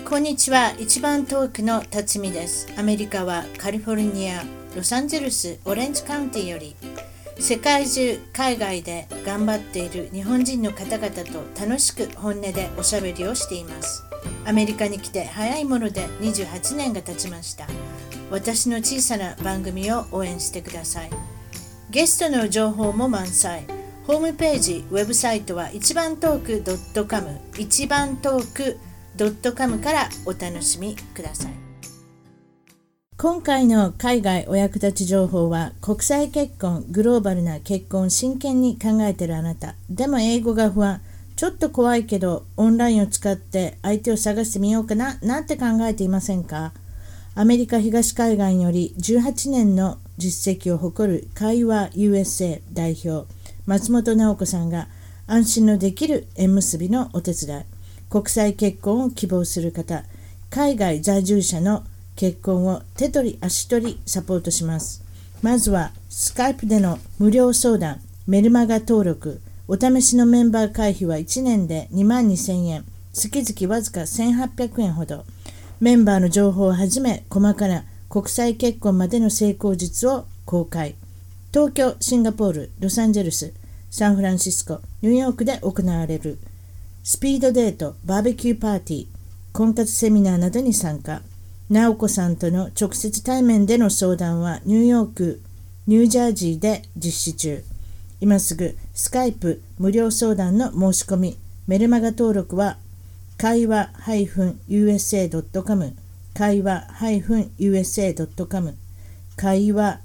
こんにちは。一番遠くの辰巳です。アメリカはカリフォルニア、ロサンゼルス、オレンジカウンティより世界中、海外で頑張っている日本人の方々と楽しく本音でおしゃべりをしています。アメリカに来て早いもので28年が経ちました。私の小さな番組を応援してください。ゲストの情報も満載。ホームページ、ウェブサイトは一番トーク .com 一番トーク.com からお楽しみください。今回の海外お役立ち情報は、国際結婚、グローバルな結婚を真剣に考えているあなた、でも英語が不安、ちょっと怖いけどオンラインを使って相手を探してみようかななんて考えていませんか？アメリカ東海岸より18年の実績を誇る会話 USA 代表松本直子さんが、安心のできる縁結びのお手伝い、国際結婚を希望する方、海外在住者の結婚を手取り足取りサポートします。まずはスカイプでの無料相談、メルマガ登録、お試しのメンバー会費は1年で22,000円、月々わずか1,800円ほど。メンバーの情報をはじめ、細かな国際結婚までの成功術を公開。東京、シンガポール、ロサンゼルス、サンフランシスコ、ニューヨークで行われるスピードデート、バーベキューパーティー、婚活セミナーなどに参加。直子さんとの直接対面での相談はニューヨーク、ニュージャージーで実施中。今すぐスカイプ無料相談の申し込み、メルマガ登録は会話 -usa.com 会話 -usa.com 会話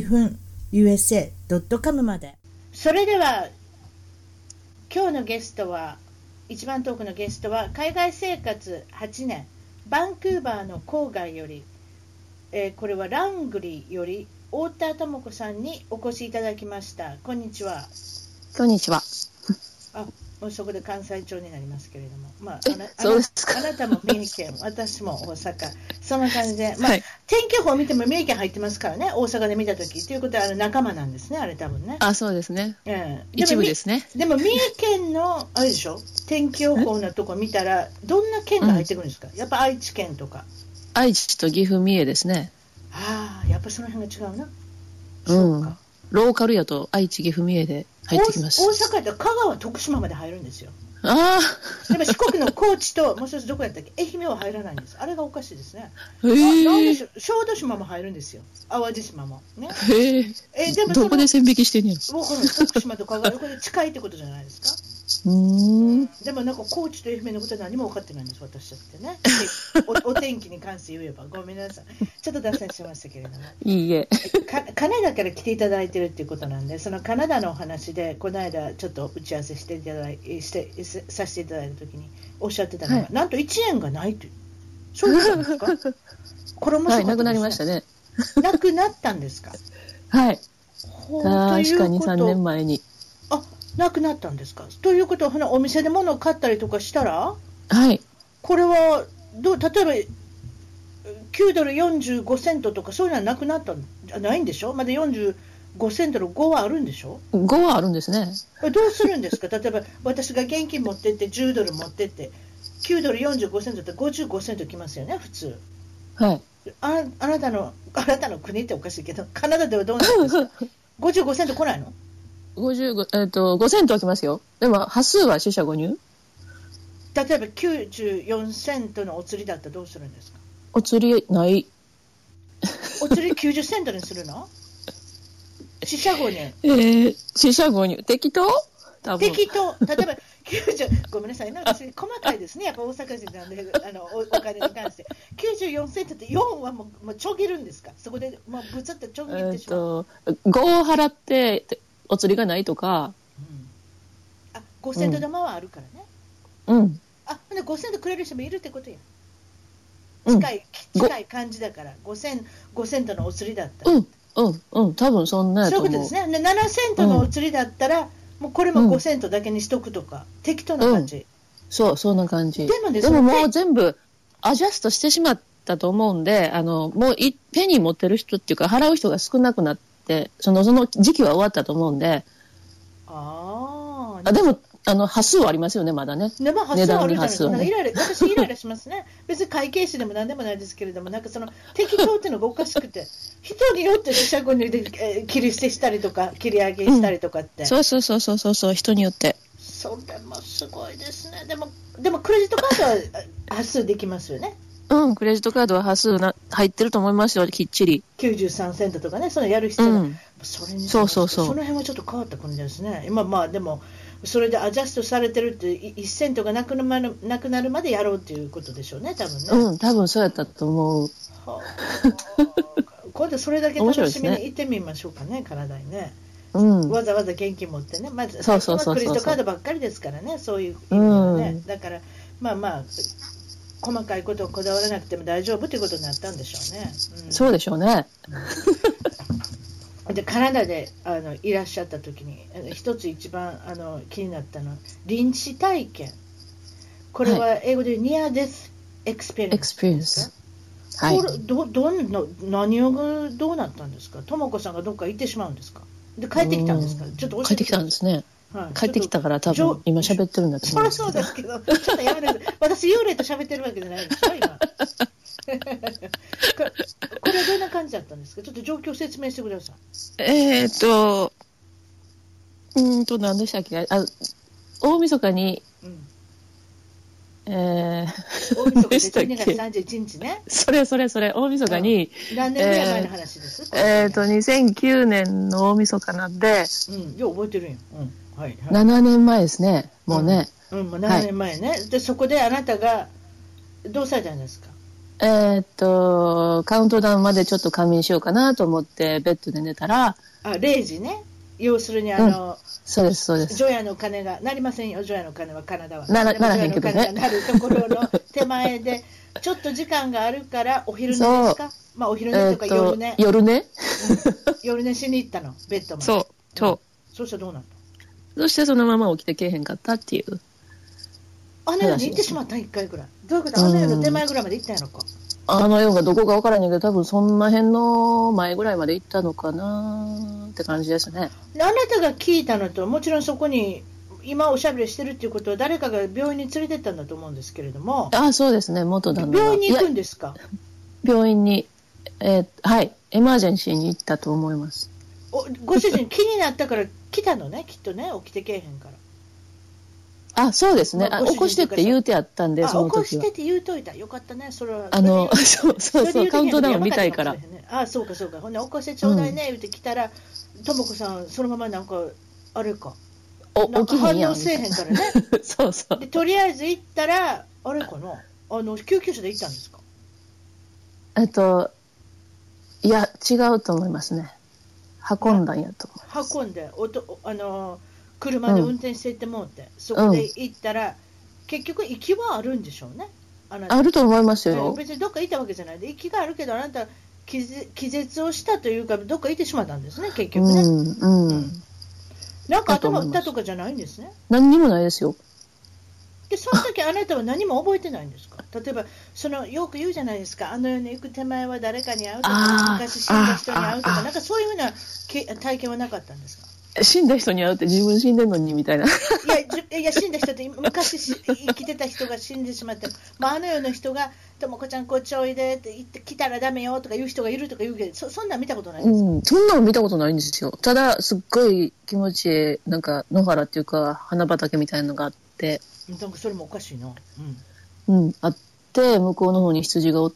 -usa.com まで。それでは今日のゲストは、一番遠くのゲストは海外生活8年、バンクーバーの郊外より、これはラングリーより太田智子さんにお越しいただきました。こんにちは。 こんにちは。 もうそこで関西町になりますけれども、 そうですか。 あなたも三重県、私も大阪、そんな感じで、はい、天気予報を見ても三重県入ってますからね、大阪で見たときということは仲間なんですね、あれ多分ね。 そうですね。一部ですね。 でも三重県のあれでしょ、天気予報のとこ見たらどんな県が入ってくるんですか？やっぱ愛知県とか。 愛知と岐阜、三重ですね。 やっぱその辺が違うな。 そうか。ローカルやと愛知、岐阜、三重で入ってきます。 大阪やったら香川、徳島まで入るんですよ。でも四国の高知ともう一つどこやったっけ、愛媛は入らないんです。あれがおかしいですね。なんでしょう、小豆島も入るんですよ。淡路島もね。 でもどこで線引きしてんねん。 僕の徳島と香川、これ近いってことじゃないですか。でもなんか高知と愛媛のことは何も分かってないんです、私だってね。お天気に関して言えばごめんなさい、ちょっと脱線しましたけれども。 いいえ。 カナダから来ていただいてるっていうことなんで、そのカナダのお話でこの間ちょっと打ち合わせさせていただいた時におっしゃってたのが、なんと1円がないという、そういうことですか？これ面白かったですね。 なくなりましたね。 なくなったんですか？ はい。確か2、3年前に。 なくなったんですか？ということは、お店で物を買ったりとかしたら、これは例えば9ドル45セントとかそういうのはなくなったんじゃないんでしょ？まだ45セントの5はあるんでしょ ？5はあるんですね。 どうするんですか？例えば私が現金持ってって10ドル持ってって9ドル45セントって55セントきますよね、普通。 はい。 あなたの国っておかしいけど、カナダではどうなんですか？55セント来ないの ？5セントは来ますよ。でも、端数は四捨五入？ 例えば94セントのお釣りだったらどうするんですか？ お釣りない。 お釣り90セントにするの？四捨五入。 四捨五入。適当？多分。 適当。例えばごめんなさい、なんか細かいですね。やっぱ大阪人なんで、お金に関して。94セントって4はもうちょぎるんですか？そこでもうぶつってちょぎってしまう。 5を払って、お釣りがないとか、 5セント玉はあるからね。5セントくれる人もいるってことや。近い感じだから、5セントのお釣りだったら。 多分そんなやと思う。 そういうことですね。7セントのお釣りだったら、もうこれも5セントだけにしとくとか、適当な感じ。 そんな感じ。でももう全部アジャストしてしまったと思うんで、もうペニー持ってる人っていうか、払う人が少なくなって、その時期は終わったと思うんで。でも端数はありますよね、まだね。 でも端数はあるじゃないですか。 値段に端数はね。 私イライラしますね。別に会計士でも何でもないですけれども、なんかその適当っていうのがおかしくて、人によって自社にで切り捨てしたりとか、切り上げしたりとかって。 そう、人によって。 それもすごいですね。でもクレジットカードは端数できますよね。 クレジットカードは端数入ってると思いますよ、きっちり。 93セントとかね、そのやる必要が、それにそう。 その辺はちょっと変わった国ですね。今でもそれでアジャストされてるって1セントがなくなるまでやろうっていうことでしょうね、多分ね。 多分そうやったと思う。 今度それだけ楽しみに行ってみましょうかね、カナダにね。わざわざ現金持ってね、まずクレジットカードばっかりですからね、そういう意味ではね。だから細かいことをこだわらなくても大丈夫ということになったんでしょうね。 そうでしょうね。 でカナダでいらっしゃった時に一つ一番気になったのは臨死体験。これは英語でニアデスエクスペリエンスですか？はい。何をどうなったんですか？ともこさんがどっか行ってしまうんですか？で帰ってきたんですか？ちょっと教えてください。 帰ってきたんですね。帰ってきたから多分今喋ってるんだと思います。 そうですけど、ちょっとやめてください。私幽霊と喋ってるわけじゃないですよ今。これはどんな感じだったんですか？ちょっと状況を説明してください。 何でしたっけ？大晦日に、 大晦日で12月31日ね。 それ、大晦日に、 何年ぐらい前の話です？ 2009年の大晦日なんで、 よう覚えてるんよ。 7年前ですね、もうね。 もう7年前ね。で、そこであなたが、どうされたんですか？ カウントダウンまでちょっと仮眠しようかなと思ってベッドで寝たら、 0時ね。要するにそうです。 除夜の鐘が鳴りませんよ。除夜の鐘はカナダは。 ならへんけどね。 除夜の鐘が鳴るところの手前で、ちょっと時間があるからお昼寝ですか？お昼寝とか夜寝。夜寝しに行ったの、ベッドまで。 そう。 そしたらどうなった？ そしてそのまま起きてけえへんかったっていう。 あの世に行ってしまった1回ぐらい。どういうこと？あの世の手前ぐらいまで行ったんやろか。 あの世がどこか分からんけど、多分そんな辺の前ぐらいまで行ったのかなって感じですね。 あなたが聞いたのと、もちろんそこに今おしゃべりしてるっていうことは誰かが病院に連れてったんだと思うんですけれども。 そうですね、元旦那。 病院に行くんですか？ 病院に、はい、エマージェンシーに行ったと思います。 ご主人気になったから来たのね、きっとね、起きてけえへんから。 そうですね。起こしてって言うてあったんで、その時は。 起こしてって言うといた。よかったね、それは。 そう、カウントダウン見たいから。 そうか。ほんで、起こしてちょうだいね、言うて来たら、ともこさん、そのままなんか、あれか。 起きへんやん。 反応せえへんからね。 そう。 で、とりあえず行ったら、あれかな、救急車で行ったんですか？ いや、違うと思いますね。運んだんやと思う。運んで、車で運転していってもうて、そこで行ったら、結局息はあるんでしょうね。 あると思いますよ。 別にどっかいたわけじゃないで、息があるけどあなた気絶をしたというか、どっかいてしまったんですね、結局ね。なんか頭打ったとかじゃないんですね。 何にもないですよ。 で、その時あなたは何も覚えてないんですか？例えばよく言うじゃないですか、あの世に行く手前は誰かに会うとか、昔死んだ人に会うとか、なんかそういうふうな体験はなかったんですか？ 死んだ人に会うって自分死んでんのにみたいな。 いや死んだ人って昔生きてた人が死んでしまって、あの世の人がともこちゃんこっちおいでって言って来たらダメよとか言う人がいるとか言うけど、そんなん見たことないんですか？ そんなの見たことないんですよ。ただすっごい気持ちいいなんか野原っていうか花畑みたいなのがあって、 なんかそれもおかしいな。 あって向こうの方に羊がおって、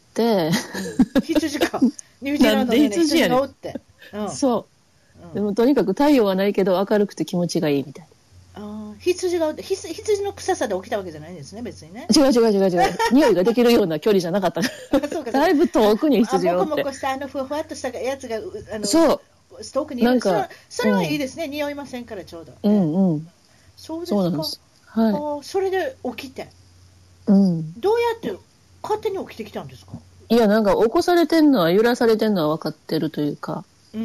羊か。ニュージーランドの羊がおって。 そう。でもとにかく太陽はないけど明るくて気持ちがいいみたいな。羊がおって、羊の臭さで起きたわけじゃないんですね、別にね。 違う。匂いができるような距離じゃなかったからだいぶ遠くに羊がおって。 もこもこしたふわふわっとしたやつがそう遠くにいる。それはいいですね、匂いませんからちょうど。そうですか。 そうなんです。はい。 それで起きて。どうやって勝手に起きてきたんですか？ いや、なんか起こされてんのは揺らされてんのは分かってるというか。で、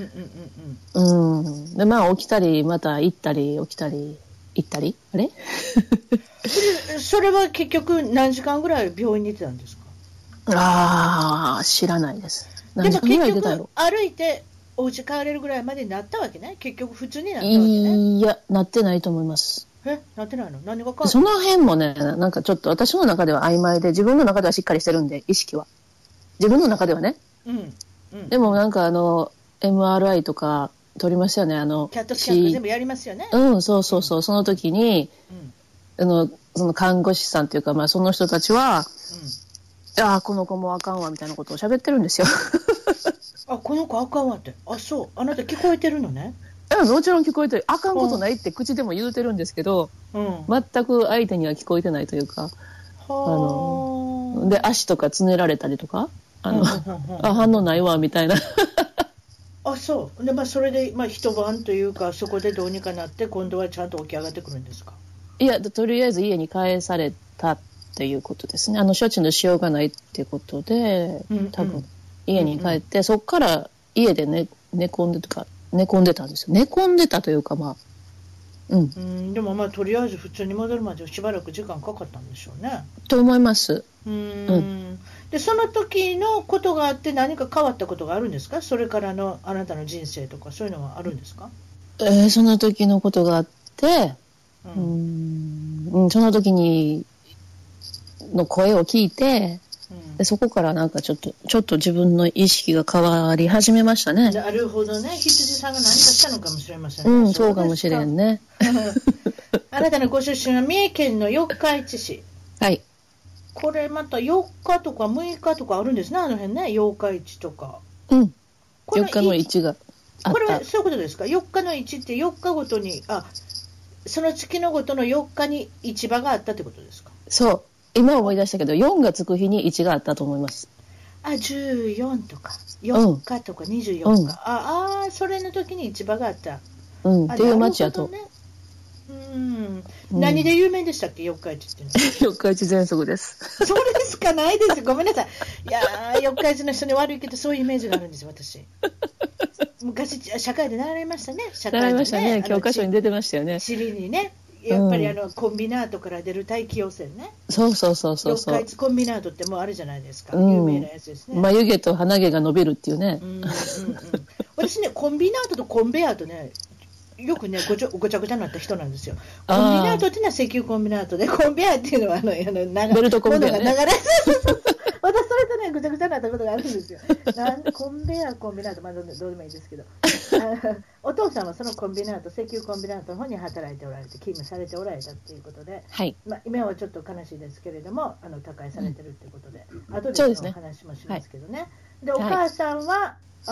起きたりまた行ったり起きたり行ったりあれそれは結局何時間ぐらい病院に行ってたんですか？ 知らないです。 でも結局歩いてお家帰れるぐらいまでになったわけね。結局普通になったわけね。 いや、なってないと思います。 なってないの？何が変わる？ その辺もね、なんかちょっと私の中では曖昧で、自分の中ではしっかりしてるんで、意識は。自分の中ではね。でもなんかMRI とか取りましたよね。 キャットスキャンとか全部やりますよね。 そう。その時に、その看護師さんっていうか、まあその人たちは、この子もあかんわみたいなことを喋ってるんですよ。 この子あかんわって。そう。あなた聞こえてるのね。 もちろん聞こえてる。あかんことないって口でも言うてるんですけど、全く相手には聞こえてないというか、で、足とかつねられたりとか、反応ないわみたいな。 そう。で、それで、一晩というか、そこでどうにかなって、今度はちゃんと起き上がってくるんですか？ いや、とりあえず家に帰されたっていうことですね。処置のしようがないっていうことで、多分、家に帰って、そこから家で寝込んでたんですよ。寝込んでたというか、でもとりあえず普通に戻るまでしばらく時間かかったんでしょうね。 と思います。 で、その時のことがあって何か変わったことがあるんですか？それからのあなたの人生とかそういうのはあるんですか？ その時のことがあって、その時の声を聞いて、でそこからなんかちょっと自分の意識が変わり始めましたね。 なるほどね。羊さんが何かしたのかもしれませんね。 そうかもしれんね。 あなたのご出身は三重県の四日市市。 はい。 これまた4日とか6日とかあるんですね、あの辺ね、8日市とか。 4日の市があった。 これはそういうことですか？ 4 日の市って4日ごとに、その月のごとの4日に市場があったってことですか？ そう。今思い出したけど、4がつく日に市があったと思います。 14とか、4日とか24日。それの時に市場があった。 っていう町やと。 何で有名でしたっけ、四日市っていうのは？ 四日市喘息です。 そうですか？ないです。ごめんなさい。いやー、四日市の人に悪いけど、そういうイメージがあるんですよ、私。昔、社会で習いましたね。 習いましたね。教科書に出てましたよね。 地理にね。やっぱりコンビナートから出る大気汚染ね。 そう。 四日市コンビナートってもうあるじゃないですか。有名なやつですね。 眉毛と鼻毛が伸びるっていうね。 私ね、コンビナートとコンベヤーとね、よくね、ごちゃごちゃになった人なんですよ。コンビナートっていうのは石油コンビナートで、コンベヤーっていうのはベルトコンベヤーね。 私それとね、ぐちゃぐちゃになったことがあるんですよ。コンベヤー、コンビナート、どうでもいいですけど。お父さんはそのコンビナート、石油コンビナートの方に働いておられて、勤務されておられたっていうことで、今はちょっと悲しいですけれども、他界されてるっていうことで、後でその話もしますけどね。で、お母さんは、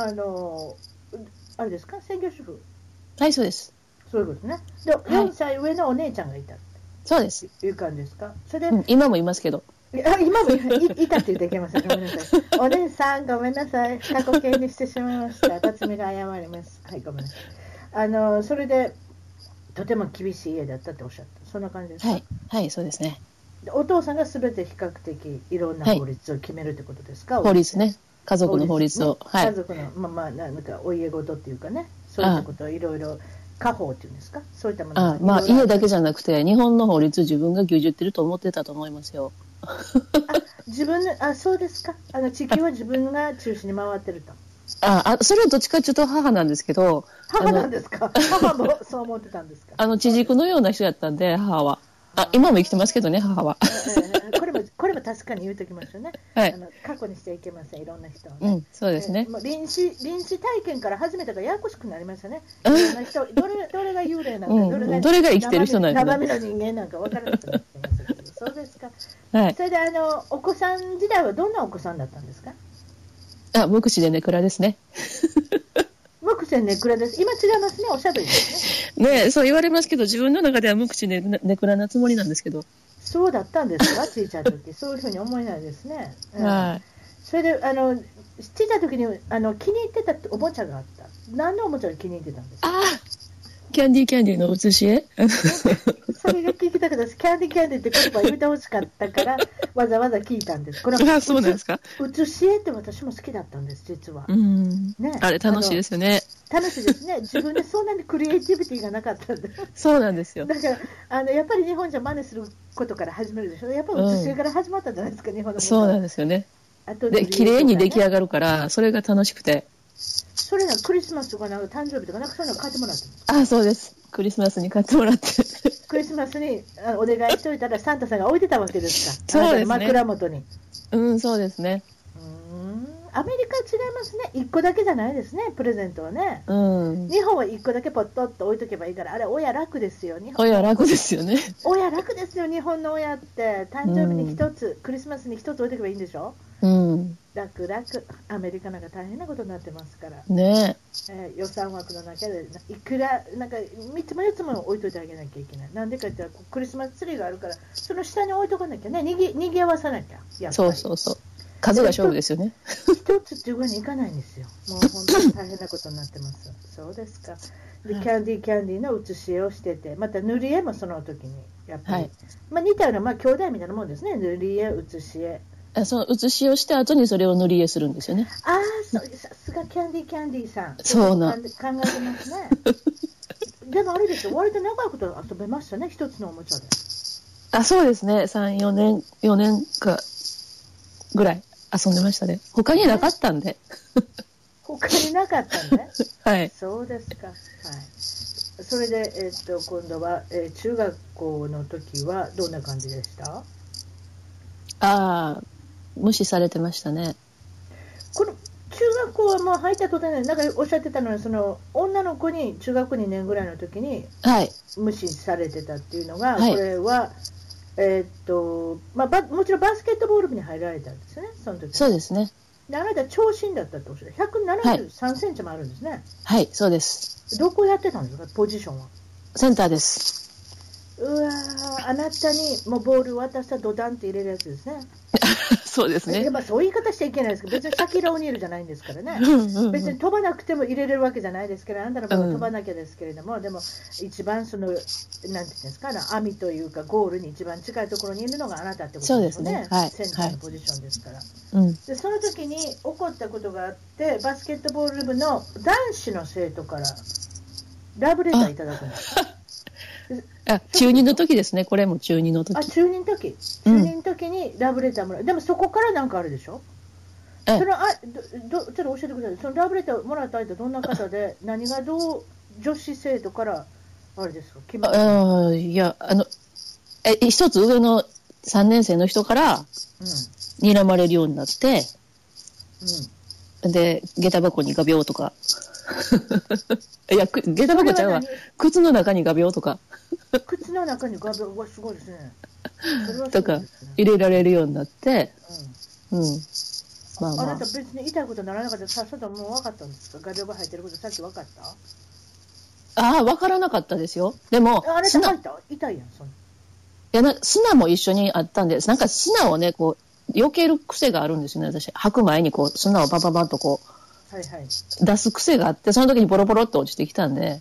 あれですか、専業主婦？ はい、そうです。 そういうことね。で、4歳上のお姉ちゃんがいた。 そうです。 いう感じですか？それで、 今もいますけど。 今もいたって言っていけません。ごめんなさい。お姉さん、ごめんなさい。過去形にしてしまいました。辰巳が謝ります。はい、ごめんなさい。それで、とても厳しい家だったっておっしゃった。そんな感じですか？ はい、そうですね。 お父さんがすべて比較的いろんな法律を決めるってことですか？ 法律ね。家族の法律を。 家族の、なんかお家事っていうかね、そういったことをいろいろ、家法っていうんですか？そういったもの。 家だけじゃなくて、日本の法律自分が牛耳ってると思ってたと思いますよ。 自分そうですか？地球は自分が中心に回ってると。 それはどっちかというと母なんですけど。 母なんですか？母もそう思ってたんですか？ 地軸のような人やったんで、母は。今も生きてますけどね、母は。 これも確かに言うときましょうね。過去にしてはいけません、いろんな人はね。 そうですね。 臨死体験から始めたからややこしくなりましたね。いろんな人、どれが幽霊なのか、 どれが生きてる人なのか。 生身の人間なんか分からなくなってますけど。そうですか。それでお子さん時代はどんなお子さんだったんですか？ 無口でネクラですね。 無口でネクラです。今違いますね、おしゃべりですね。そう言われますけど、自分の中では無口でネクラなつもりなんですけど。 そうだったんですか？小さい時。そういうふうに思えないですね。それで小さい時に気に入ってたおもちゃがあった。何のおもちゃが気に入ってたんですか？ キャンディーの写し絵。 それが聞きたくて、キャンディーって言葉を言ってほしかったからわざわざ聞いたんです。 そうなんですか？ 写し絵って私も好きだったんです、実は。 あれ楽しいですよね。 楽しいですね。自分でそんなにクリエイティビティがなかったんで。 そうなんですよ。 だからやっぱり日本じゃ真似することから始めるでしょ。やっぱり写し絵から始まったんじゃないですか、日本の。 そうなんですよね。で綺麗に出来上がるからそれが楽しくて。 それがクリスマスとか誕生日とかそういうの買ってもらってます。 そうです。 クリスマスに買ってもらって。 クリスマスにお願いしといたらサンタさんが置いてたわけですか。 そうですね。 枕元に。 そうですね。 アメリカは違いますね。1個だけじゃないですね、プレゼントはね。日本は1個だけポットっと置いとけばいいから、あれ、親楽ですよ。 親楽ですよね。 親楽ですよ、日本の親って。誕生日に1つ、クリスマスに1つ置いとけばいいんでしょ。楽。アメリカなんか大変なことになってますから。 ね予算枠の中で、いくら、なんか3つも4つも置いといてあげなきゃいけない。なんでかって言ったら、クリスマスツリーがあるから、その下に置いとかなきゃね、にぎわさなきゃ。やっぱりそう。数が勝負ですよね。 一つっていうわけにいかないんですよ。もう本当に大変なことになってます。そうですか。で、キャンディーの写し絵をしてて、また塗り絵もその時に、やっぱり。似たような、兄弟みたいなもんですね。塗り絵、写し絵。 その写し絵をした後にそれを塗り絵するんですよね。 さすがキャンディーさん。 そうな。 考えてますね。でもあれですよ、割と長いこと遊べましたね、一つのおもちゃで。 そうですね。3、4年かぐらい遊んでましたね。他になかったんで。 他になかったんで。 はい。 そうですか。はい。それで、今度は、中学校の時はどんな感じでした？ 無視されてましたね。 この中学校はもう入った途端になんかおっしゃってたのは、その女の子に中学2年ぐらいの時に無視されてたっていうのが、これは、もちろんバスケットボール部に入られたんですよね、その時。 そうですね。 で、あなた長身だったっておっしゃって、173センチもあるんですね。 はい、そうです。 どこやってたんですか、ポジションは。 センターです。 あなたにもうボール渡したらドダンって入れるやつですね。 そうですね。 そういう言い方しちゃいけないですけど、別にシャキラ・オニールじゃないんですからね。別に飛ばなくても入れれるわけじゃないですけど、あんたの場合は飛ばなきゃですけれども、でも一番なんていうんですか、網というかゴールに一番近いところにいるのがあなたってことですよね。センターのポジションですから。で、その時に起こったことがあって、バスケットボール部の男子の生徒からラブレターいただくんです。 中2の時ですね。これも中2の時。 中2の時にラブレターもらう。でもそこからなんかあるでしょ。ちょっと教えてください。そのラブレターもらった間どんな方で、何が女子生徒からあれですか。 いや一つ上の3年生の人から睨まれるようになって、で下駄箱に画鋲とか。いや、下駄箱ちゃうわ。靴の中に画鋲とか。 靴の中に画鋲はすごいですね。 とか入れられるようになって、 あなた別に痛いことにならなかったらさっさともう分かったんですか？画鋲が入ってることさっき分かった？ 分からなかったですよ。でもあれ痛いやんそんな。いや砂も一緒にあったんで、なんか砂をねこう避ける癖があるんですよね。私履く前にこう砂をバババッとこう。出す癖があって、その時にボロボロっと落ちてきたんで。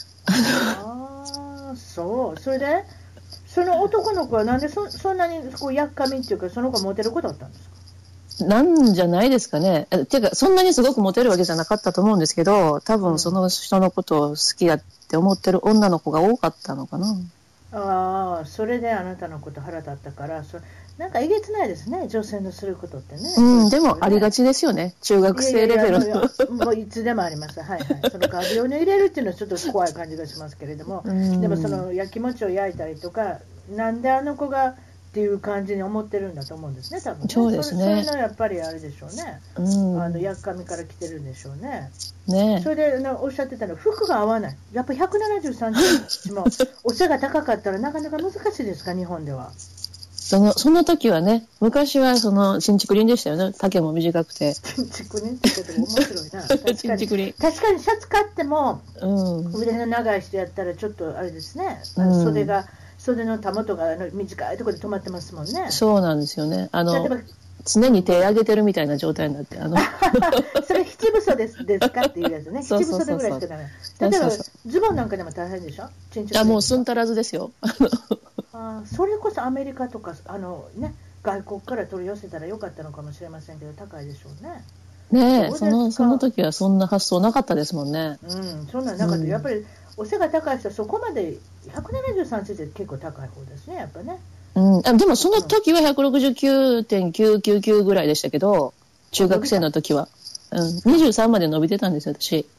そう。それでその男の子はなんでそんなにこうやっかみっていうか、その子モテることだったんですか？ なんじゃないですかね。ていうかそんなにすごくモテるわけじゃなかったと思うんですけど、多分その人のことを好きだって思ってる女の子が多かったのかな。 それであなたのこと腹立ったから、なんかえげつないですね、女性のすることってね。 でもありがちですよね、中学生レベルの。 もういつでもあります。その画鋲に入れるっていうのはちょっと怖い感じがしますけれども、でもその焼き餅を焼いたりとか、なんであの子がっていう感じに思ってるんだと思うんですね、多分ね。 そうですね。 そういうのはやっぱりあれでしょうね。やっかみから来てるんでしょうね。それでおっしゃってたのは服が合わない。やっぱ173センチもお背が高かったらなかなか難しいですか、日本では。 その時はね、昔は新築林でしたよね。丈も短くて。 新築林ってことも面白いな。確かにシャツ買っても、腕の長い人やったらちょっとあれですね。袖のたもとが短いところで止まってますもんね。 そうなんですよね。常に手上げてるみたいな状態になって。 それ七分袖ですかっていうやつね。七分袖ぐらいしかダメ。例えばズボンなんかでも大変でしょ？ もうすんたらずですよ。 それこそアメリカとか外国から取り寄せたらよかったのかもしれませんけど、高いでしょうね。 ねえ、その時はそんな発想なかったですもんね。 そんなんなかった。やっぱりお背が高い人はそこまで173センチで結構高い方ですね、やっぱね。 でもその時は 169.999 ぐらいでしたけど、中学生の時は。23まで伸びてたんですよ、私。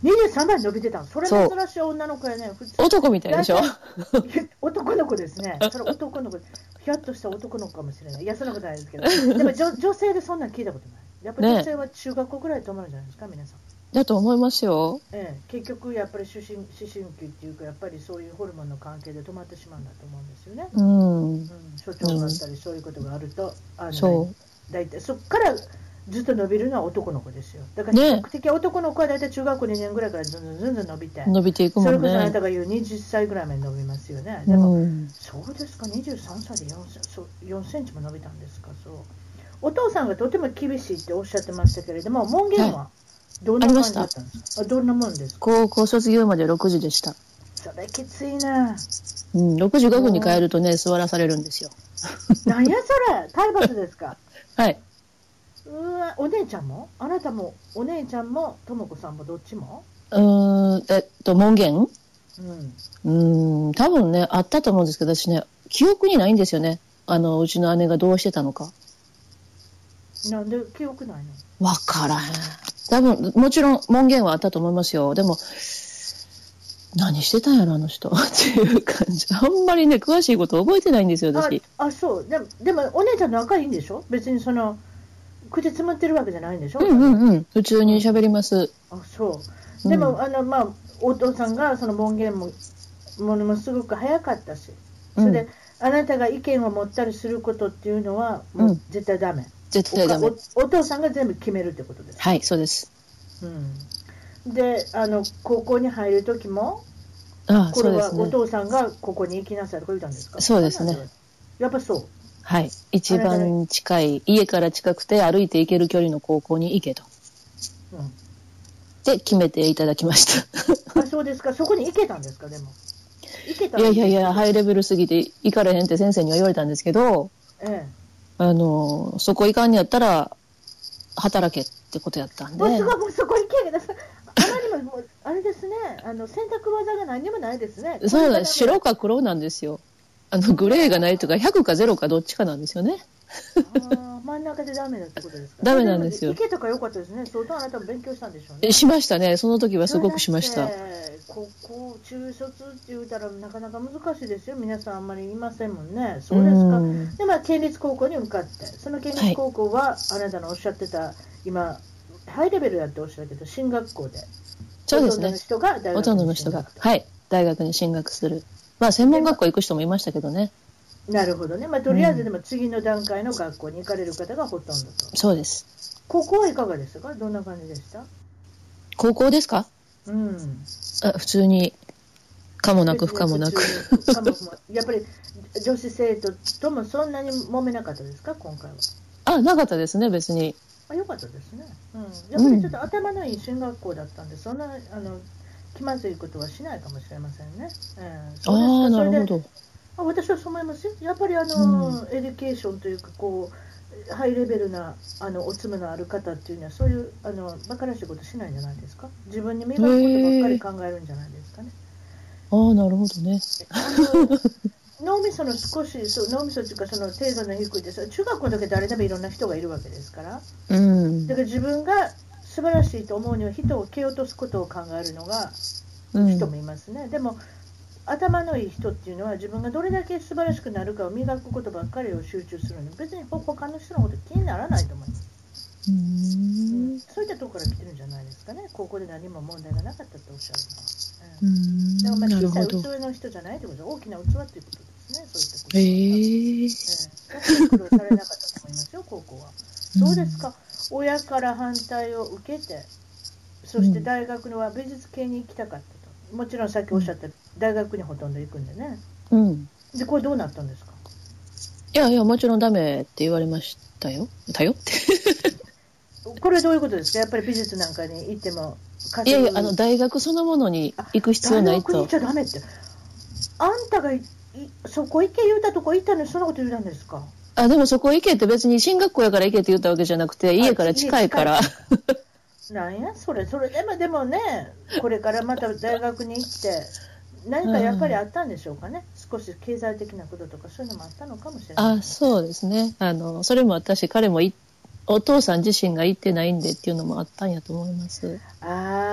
23まで伸びてたの。それ珍しい女の子やね。普通男みたいでしょ。 男の子ですね。それ男の子、ひやっとした男の子かもしれない。いや、そんなことないですけど。でも女性でそんなの聞いたことない。やっぱり女性は中学校ぐらいで止まるんじゃないですか、皆さん。 だと思いますよ。 結局やっぱり思春期っていうか、やっぱりそういうホルモンの関係で止まってしまうんだと思うんですよね。所長があったり、そういうことがあると、大体そこからずっと伸びるのは男の子ですよ。だから比較的男の子は大体中学校2年ぐらいからずんずん伸びていくもんね。 それこそあなたが言う20歳ぐらいまで伸びますよね。でも、そうですか、23歳で4センチも伸びたんですか。そう。お父さんがとても厳しいっておっしゃってましたけれども、門限はどんな感じだったんですか。どんなもんですか。 高校卒業まで6時でした。 それきついな。 6時5分に帰るとね、座らされるんですよ。 なんやそれ、体罰ですか。 はい。 お姉ちゃんも、あなたもお姉ちゃんもともこさんもどっちも？ 門限？多分ね、あったと思うんですけど、私ね、記憶にないんですよね。うちの姉がどうしてたのか。 なんで記憶ないの？わからへん。多分、もちろん門限はあったと思いますよ。でも、何してたんやろ、あの人。っていう感じ。あんまりね、詳しいこと覚えてないんですよ、私。 そう。でも、お姉ちゃん仲いいんでしょ？別に口つむってるわけじゃないんでしょ？ 普通に喋ります。 そう。でも、お父さんがその門限もすごく早かったし、それで、あなたが意見を持ったりすることっていうのは、もう絶対ダメ。 絶対ダメ。 お父さんが全部決めるってことですか？ はい、そうです。 で、高校に入るときも、これはお父さんがここに行きなさいとか言ったんですか？ そうですね。 やっぱそう。 はい。一番近い、家から近くて歩いて行ける距離の高校に行けと。で、決めていただきました。 そうですか。そこに行けたんですか、でも。 行けたんですか？いや、ハイレベルすぎて行かれへんって先生には言われたんですけど、そこ行かんにやったら、働けってことやったんで。 もうそこ行けけど、あまりも、あれですね、洗濯技が何にもないですね。 そうだ、白か黒なんですよ。グレーがないとか、100か0かどっちかなんですよね。 真ん中でダメだってことですか？ ダメなんですよ。 行けとか良かったですね。相当あなたも勉強したんでしょうね。 しましたね。その時はすごくしました。 ここ中卒って言うたらなかなか難しいですよ。皆さんあんまりいませんもんね。そうですか。で、県立高校に受かって、その県立高校は、あなたのおっしゃってた、今、ハイレベルだっておっしゃるけど、進学校で。 そうですね。ほとんどの人が、はい、大学に進学する。専門学校行く人もいましたけどね。 なるほどね。とりあえずでも次の段階の学校に行かれる方がほとんどと。 そうです。 高校はいかがでしたか？どんな感じでした？ 高校ですか？普通に、可もなく不可もなく。 やっぱり女子生徒ともそんなに揉めなかったですか、今回は？ なかったですね、別に。 よかったですね。やっぱりちょっと頭のいい進学校だったんで、そんな気まずいことはしないかもしれませんね。 なるほど。 私はそう思いますよ。やっぱりエデュケーションというか、ハイレベルなおつむのある方っていうのは、そういうバカらしいことしないんじゃないですか。自分に磨くことばっかり考えるんじゃないですかね。 なるほどね。 脳みその少し、脳みそというかその程度の低いです。中学校の時は誰でもいろんな人がいるわけですから。だから自分が素晴らしいと思うには人を蹴落とすことを考えるのが人もいますね。でも頭のいい人っていうのは自分がどれだけ素晴らしくなるかを磨くことばっかりを集中するので、別に他の人のこと気にならないと思います。そういったところから来てるんじゃないですかね。高校で何も問題がなかったとおっしゃるのは。だから小さい器の人じゃないということは大きな器ということですね。そういったことは。苦労されなかったと思いますよ、高校は。そうですか。親から反対を受けて、そして大学のは美術系に行きたかったと。もちろんさっきおっしゃった大学にほとんど行くんでね。で、これどうなったんですか？ いや、もちろんダメって言われましたよ。って。 これどういうことですか？やっぱり美術なんかに行ってもいや、大学そのものに行く必要ないと。 大学に行っちゃダメって。あんたがそこ行け言うたとこ行ったのにそんなこと言うたんですか？ でもそこ行けって別に進学校やから行けって言ったわけじゃなくて、家から近いから。 なんやそれでもね、これからまた大学に行って何かやっぱりあったんでしょうかね。少し経済的なこととかそういうのもあったのかもしれない。 そうですね。それもあったし、彼もお父さん自身が行ってないんでっていうのもあったんやと思います。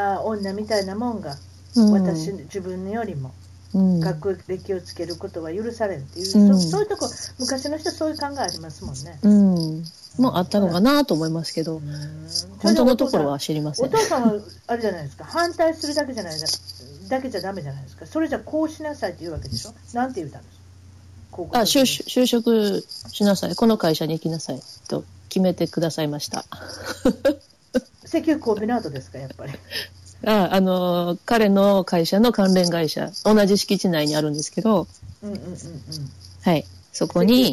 女みたいなもんが、自分よりも学歴をつけることは許されんっていう、そういうとこ、昔の人そういう考えありますもんね。 もうあったのかなと思いますけど、本当のところは知りません。 お父さんはあれじゃないですか、反対するだけじゃダメじゃないですか。それじゃこうしなさいって言うわけでしょ。なんて言ったんですか。 就職しなさい、この会社に行きなさいと決めてくださいました。 石油コンビナートですか、やっぱり。 彼の会社の関連会社、同じ敷地内にあるんですけど、はい、そこに、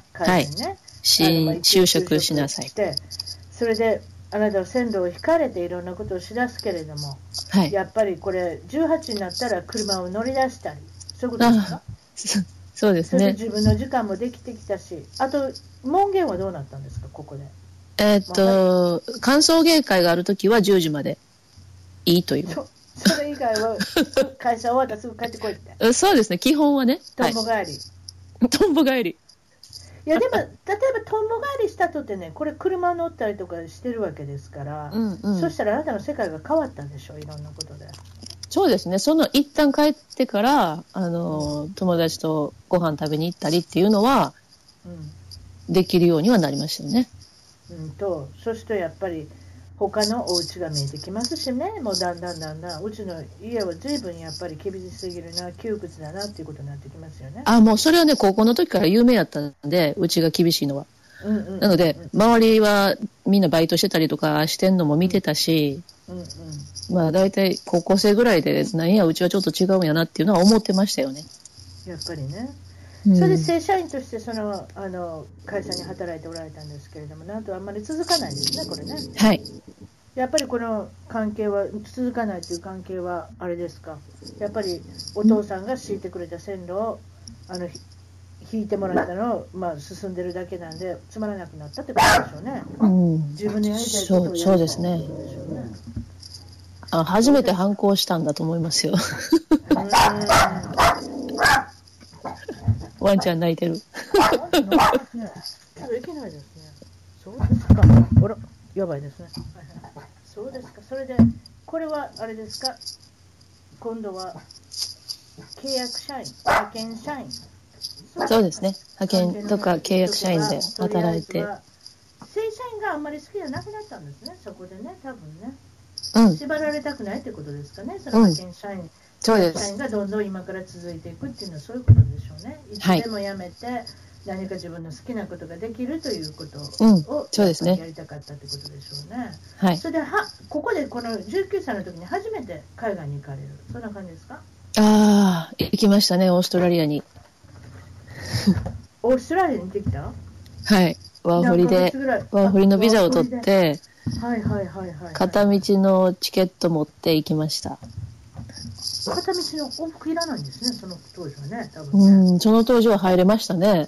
就職しなさい。 それであなたは線路を引かれていろんなことをしだすけれども、やっぱりこれ18になったら車を乗り出したり、そういうことですか？ そうですね。 それで自分の時間もできてきたし、あと門限はどうなったんですか、ここで。 歓送迎会があるときは10時までいいという。 それ以外は会社終わったらすぐ帰ってこいって。 そうですね、基本はね。 とんぼ帰り。 とんぼ帰り。 いやでも例えばとんぼ帰りしたとってね、これ車乗ったりとかしてるわけですから、そしたらあなたの世界が変わったんでしょう、いろんなことで。 そうですね、一旦帰ってから友達とご飯食べに行ったりっていうのは、できるようにはなりましたよね。 そうするとやっぱり他のお家が見えてきますしね、もうだんだんうちの家は随分やっぱり厳しすぎるな、窮屈だなっていうことになってきますよね。 もうそれはね、高校の時から有名やったんで、うちが厳しいのは。なので、周りはみんなバイトしてたりとかしてんのも見てたし、まあ大体高校生ぐらいで、何やうちはちょっと違うんやなっていうのは思ってましたよね。 やっぱりね。それで正社員としてその会社に働いておられたんですけれども、なんとあんまり続かないですね、これね。 はい。 やっぱりこの関係は続かないという関係はあれですか。やっぱりお父さんが敷いてくれた線路を引いてもらったのを、進んでるだけなんでつまらなくなったってことでしょうね。自分のやりたいことをやるそうですね。初めて反抗したんだと思いますよ。ワンちゃん泣いてる。いけないですね。そうですか。あら、やばいですね。そうですか。それでこれはあれですか。今度は契約社員、派遣社員。 そうですね。派遣とか契約社員で働いて。 正社員があんまり好きじゃなくなったんですね。そこでね、多分ね。縛られたくないってことですかね。その派遣社員。社員がどんどん今から続いていくっていうのはそういうことでしょうね。いつでも辞めて何か自分の好きなことができるということをやりたかったってことでしょうね。それでここでこの19歳の時に初めて海外に行かれる、そんな感じですか？ 行きましたね、オーストラリアに。 オーストラリアに行ってきた？ はい、ワーホリのビザを取って、片道のチケット持って行きました。 片道の往復いらないんですね、その当時はね、多分ね。 その当時は入れましたね。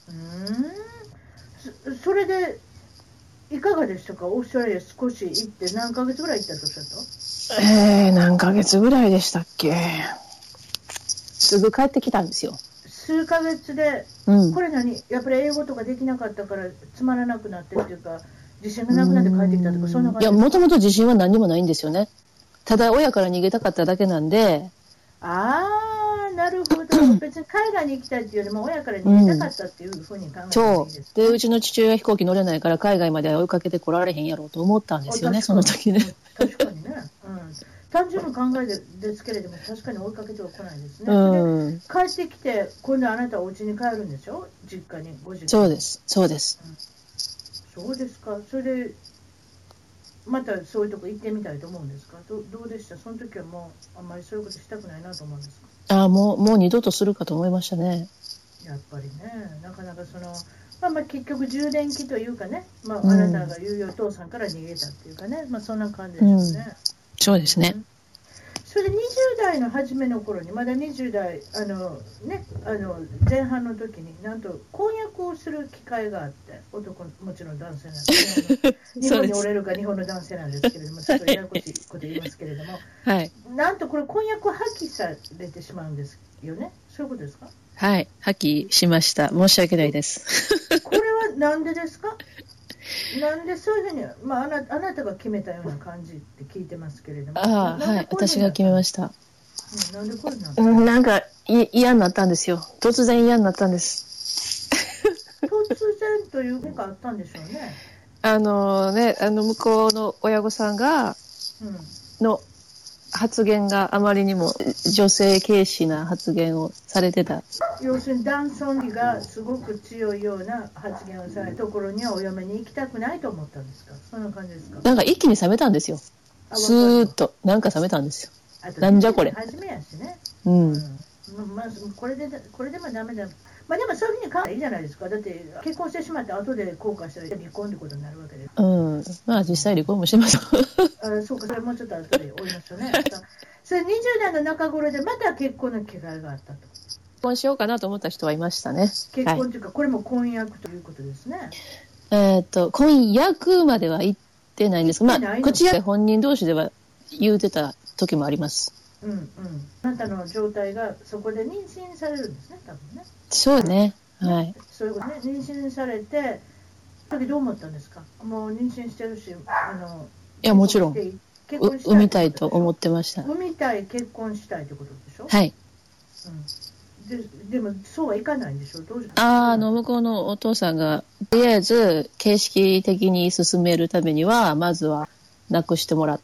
それでいかがでしたか？オーストラリア少し行って何ヶ月ぐらい行ったとおっしゃった？ 何ヶ月ぐらいでしたっけ？すぐ帰ってきたんですよ。 数ヶ月で、これやっぱり英語とかできなかったからつまらなくなってっていうか、自信がなくなって帰ってきたとか、そんな感じ？ いや、もともと自信は何にもないんですよね。ただ親から逃げたかっただけなんで。 なるほど。別に海外に行きたいっていうよりも親から逃げたかったっていうふうに考えていいですね。 で、うちの父親は飛行機乗れないから海外まで追いかけて来られへんやろうと思ったんですよね、その時ね。 確かにね。単純な考えですけれども、確かに追いかけては来ないですね。帰ってきて、今度あなたはお家に帰るんでしょ？実家に、ご実家。 そうです。そうですか。それでまたそういうとこ行ってみたいと思うんですか？どうでした？その時はもうあんまりそういうことしたくないなと思うんですか？ もう二度とするかと思いましたね。 やっぱりね、なかなか結局充電器というかね、あなたが言うよお父さんから逃げたっていうかね、そんな感じでしょうね。 そうですね。 それで20代の初めの頃に、まだ20代前半の時になんと婚約をする機会があって、もちろん男性なんですけど、日本におれるか日本の男性なんですけれども、ちょっとややこしいこと言いますけれども、なんとこれ婚約を破棄されてしまうんですよね。そういうことですか？ はい、破棄しました。申し訳ないです。 これはなんでですか？ なんでそういうふうに、まあ、あなたが決めたような感じって聞いてますけれども。 はい、私が決めました。 なんでこういうのなんか嫌になったんですよ。突然嫌になったんです。 突然というかあったんでしょうね。 向こうの親御さんが、の発言があまりにも女性軽視な発言をされてた。 要するに男尊義がすごく強いような発言をされたところにはお嫁に行きたくないと思ったんですか？そんな感じですか？ なんか一気に冷めたんですよ。スーッとなんか冷めたんですよ。なんじゃこれ。 初めやしね。まあ、これでもダメだ。まあでもそういうふうに考えたらいいじゃないですか。だって結婚してしまって後で後悔したら離婚ってことになるわけです。 まあ実際離婚もしてます。 そうか、それもうちょっと後で追いましょうね。それ20代の中頃でまた結婚の機会があったと。 結婚しようかなと思った人はいましたね。 結婚というか、これも婚約ということですね。 婚約までは言ってないんですが、まあ、こちらで本人同士では言うてた時もあります。 あなたの状態がそこで妊娠されるんですね、多分ね。 そうね。はい。 そういうことね。妊娠されて、時どう思ったんですか？もう妊娠してるし、 いや、もちろん。産みたいと思ってました。 産みたい、結婚したいってことでしょ？ はい。 でも、そうはいかないんでしょ？どう向こうのお父さんが、とりあえず、形式的に進めるためには、まずは、亡くしてもらって、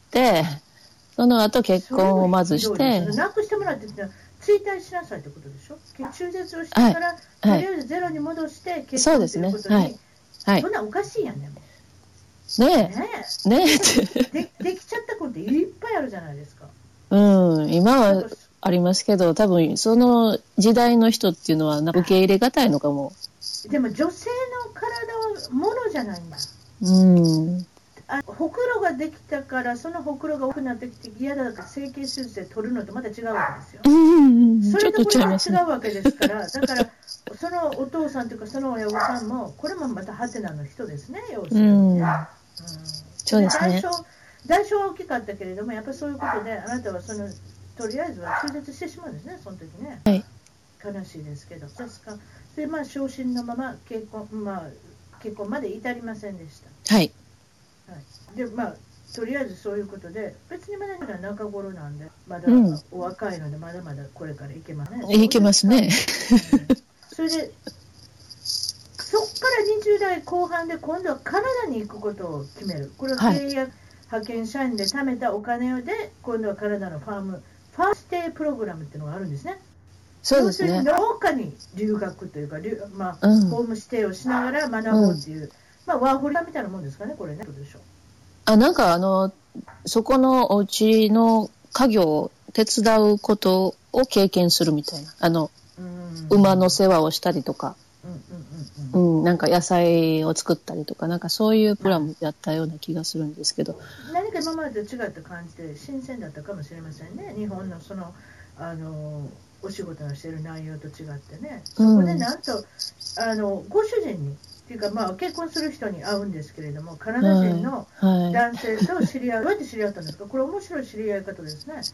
その後結婚をまずして。 亡くしてもらってってのは、追体しなさいってことでしょ？中絶をしてから、とりあえずゼロに戻して、結婚することに、そんなおかしいやんね。 ねえできちゃったこといっぱいあるじゃないですか。 今はありますけど、多分その時代の人っていうのは受け入れがたいのかも。 でも女性の体はものじゃないんだ。ほくろができたから、そのほくろが多くなってきて嫌だから整形手術で取るのとまた違うわけですよ。それとこれは違うわけですから、だからそのお父さんというかその親御さんもこれもまたハテナの人ですね、要するにね。 そうですね。 代償は大きかったけれども、やっぱりそういうことであなたはとりあえずは中絶してしまうんですね、その時ね。 はい、 悲しいですけど。で、まあ昇進のまま結婚まで至りませんでした。 はい。 で、まあとりあえずそういうことで、別にまだ中頃なんで、まだお若いので、まだまだこれからいけますね。 いけますね。 それで、そこから20代後半で今度はカナダに行くことを決める。これは契約、派遣社員で貯めたお金で、今度はカナダのファーステイプログラムっていうのがあるんですね。 そうですね。 農家に留学というか、ホームステイをしながら学ぼうっていう、ワーホリみたいなもんですかね、これね。どうでしょう。 なんかそこのお家の家業を手伝うことを経験するみたいな。馬の世話をしたりとか、なんか野菜を作ったりとか、なんかそういうプランやったような気がするんですけど。 何か今までと違った感じで新鮮だったかもしれませんね。日本のお仕事のしている内容と違ってね。そこでなんと、ご主人に、っていうか、結婚する人に会うんですけれども、カナダ人の男性と知り合う、どうやって知り合ったんですか？これ面白い知り合い方ですね。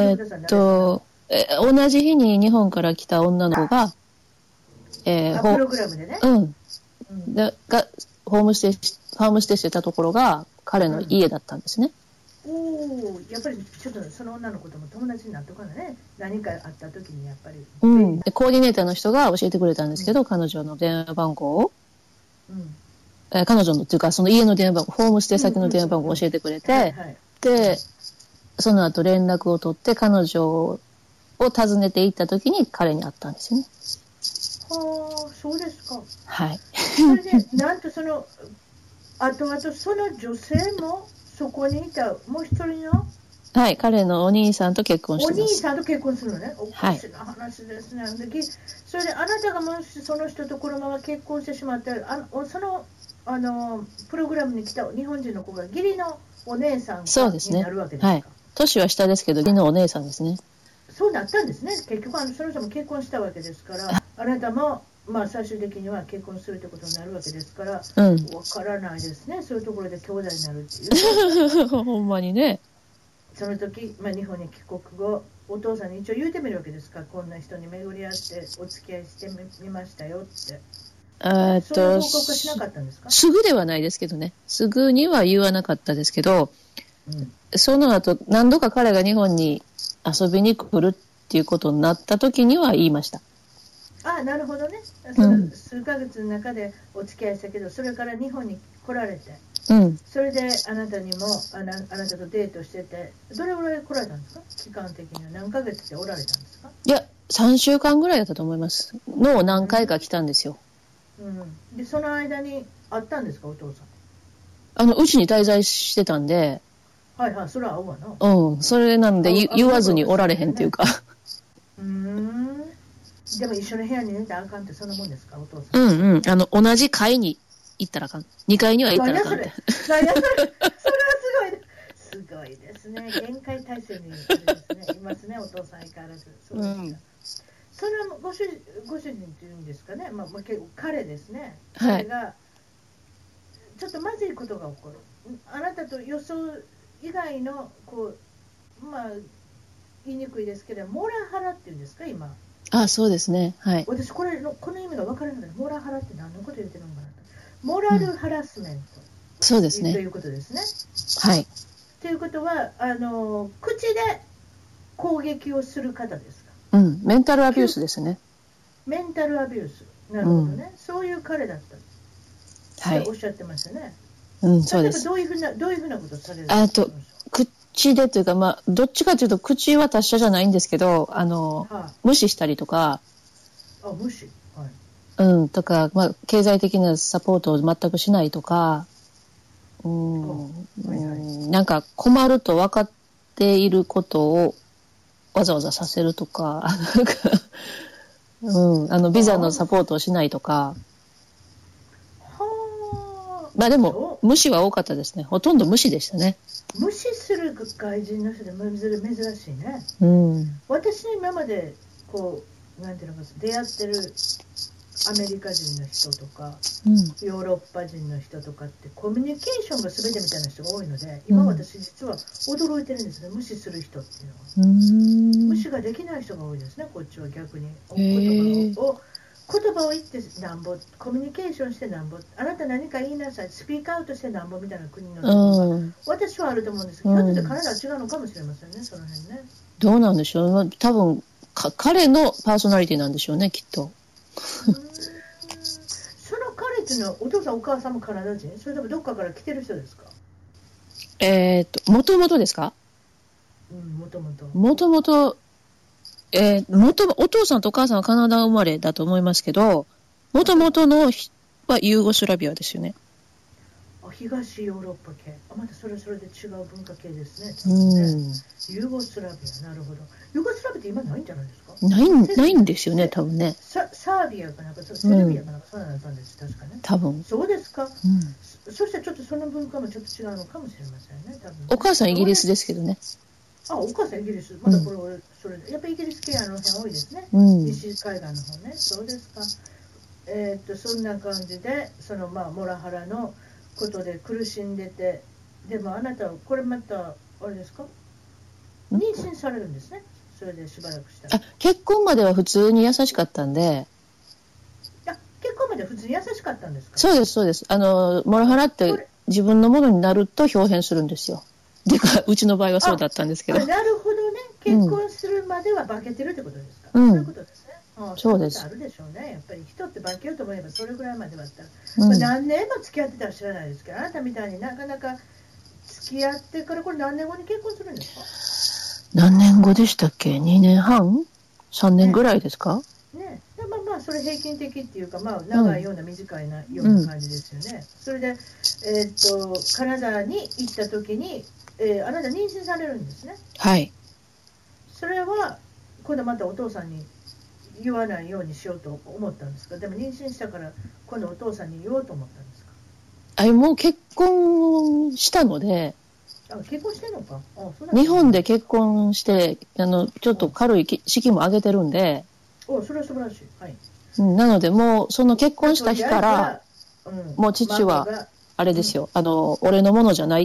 同じ日に日本から来た女の子が、 プログラムでね。 ホームステイしてたところが彼の家だったんですね。 やっぱりちょっとその女の子とも友達になっとかね。何かあった時にやっぱり。 コーディネーターの人が教えてくれたんですけど、彼女の電話番号を。彼女のっていうかその家の電話番号、ホームステイ先の電話番号を教えてくれて、で、その後連絡を取って彼女を訪ねて行った時に彼に会ったんですよね。 そうですか。 はい。 それで、なんと後々その女性もそこにいたもう一人のはい、彼のお兄さんと結婚してます。 お兄さんと結婚するのね。おかしな話ですね。それであなたがもしその人とこのまま結婚してしまったら、そのプログラムに来た日本人の子が義理のお姉さんになるわけですか？はい。 年は下ですけど義理のお姉さんですね。 そうなったんですね。結局その人も結婚したわけですから、あなたも最終的には結婚するということになるわけですから、わからないですね。そういうところで兄弟になるっていう。 ほんまにね。 その時、日本に帰国後、お父さんに一応言うてみるわけですか。こんな人に巡り合ってお付き合いしてみましたよって。 そういう報告はしなかったんですか？ すぐではないですけどね。すぐには言わなかったですけど、その後何度か彼が日本に遊びに来るっていうことになった時には言いました。 なるほどね。その数ヶ月の中でお付き合いしたけど、それから日本に来られて、それであなたにもあなたとデートしてて、どれぐらい来られたんですか？期間的には何ヶ月でおられたんですか？ いや、3週間ぐらいだったと思います。の何回か来たんですよ。 で、その間に会ったんですか、お父さん？ うちに滞在してたんで。 はいはい、それは会うわな。 それなんで言わずにおられへんっていうか。 でも一緒の部屋に寝たらあかんってそんなもんですか、お父さん？ 同じ階に行ったらあかん。2階には行ったらあかんって。 それはすごいですね。限界体制にいますね、お父さん相変わらず。そうですか。そのご主人っていうんですかね、彼ですね、彼がちょっとまずいことが起こる、あなたと予想以外の言いにくいですけど、モラハラっていうんですか、今。 そうですね、はい。 私この意味が分からない。モラハラって何のこと言ってるのかなと。モラルハラスメント、 そうですね、 ということですね。 はい。 ということは口で攻撃をする方ですか？ メンタルアビュースですね。 メンタルアビュース。なるほどね。そういう彼だった。はい。おっしゃってましたね。そうです。どういうふうなことをされるんですか？ 口でというか、どっちかというと、口は達者じゃないんですけど、無視したりとか。 無視。はい。 とか、経済的なサポートを全くしないとか、なんか困ると分かっていることをわざわざさせるとか、ビザのサポートをしないとか。でも、無視は多かったですね。ほとんど無視でしたね。 無視する外人の人で珍しいね。私今までなんていうのか、出会ってるアメリカ人の人とか、ヨーロッパ人の人とかってコミュニケーションが全てみたいな人が多いので、今私実は驚いてるんですね。無視する人っていうのは。無視ができない人が多いですね、こっちは逆に。言葉を言ってなんぼ、コミュニケーションしてなんぼ、あなた何か言いなさい、スピークアウトしてなんぼみたいな国の人が、私はあると思うんですけど、ひょっとして彼らは違うのかもしれませんね、その辺ね。 どうなんでしょう。多分彼のパーソナリティなんでしょうね、きっと。 その彼っていうのはお父さんお母さんもカナダ人？それともどっかから来てる人ですか？ もともとですか？もともとお父さんとお母さんはカナダ生まれだと思いますけど、もともとのはユーゴスラビアですよね。 東ヨーロッパ系。またそれで違う文化系ですね。ユーゴスラビア、なるほど。ユーゴスラビアって今ないんじゃないですか？ ないんですよね、多分ね。 サービアかなんか、セルビアかなんか、そうなのだったんです、確かね。 多分。 そうですか。そしたらちょっとその文化もちょっと違うのかもしれませんね、多分。 お母さんイギリスですけどね。 お母さんイギリス。まだこれ、それで。やっぱりイギリス系の辺多いですね。西海岸の方ね。そうですか。そんな感じで、モラハラのことで苦しんでて、でもあなたは、これまた、あれですか？妊娠されるんですね。それでしばらくしたら。 結婚までは普通に優しかったんで。 結婚まで普通に優しかったんですか？ そうです、そうです。モラハラって自分のものになると表現するんですよ。でか、うちの場合はそうだったんですけど。 なるほどね。結婚するまでは化けてるってことですか？そういうことですね。 そうです。 あるでしょうね。やっぱり人って化けようと思えばそれぐらいまではあったら。何年も付き合ってたら知らないですけど、あなたみたいになかなか付き合ってからこれ何年後に結婚するんですか？ 何年後でしたっけ？2年半 ?3 年ぐらいですか？ ね。それ平均的っていうか、長いような短いような感じですよね。それで、カナダに行った時に、あなた妊娠されるんですね。 はい。 それは今度またお父さんに言わないようにしようと思ったんですか？でも妊娠したから今度お父さんに言おうと思ったんですか？ もう結婚したので。 結婚してんのか？ 日本で結婚してちょっと軽い式も挙げてるんで。 それは素晴らしい。はい。 なのでもうその結婚した日から、もう父はあれですよ、俺のものじゃない、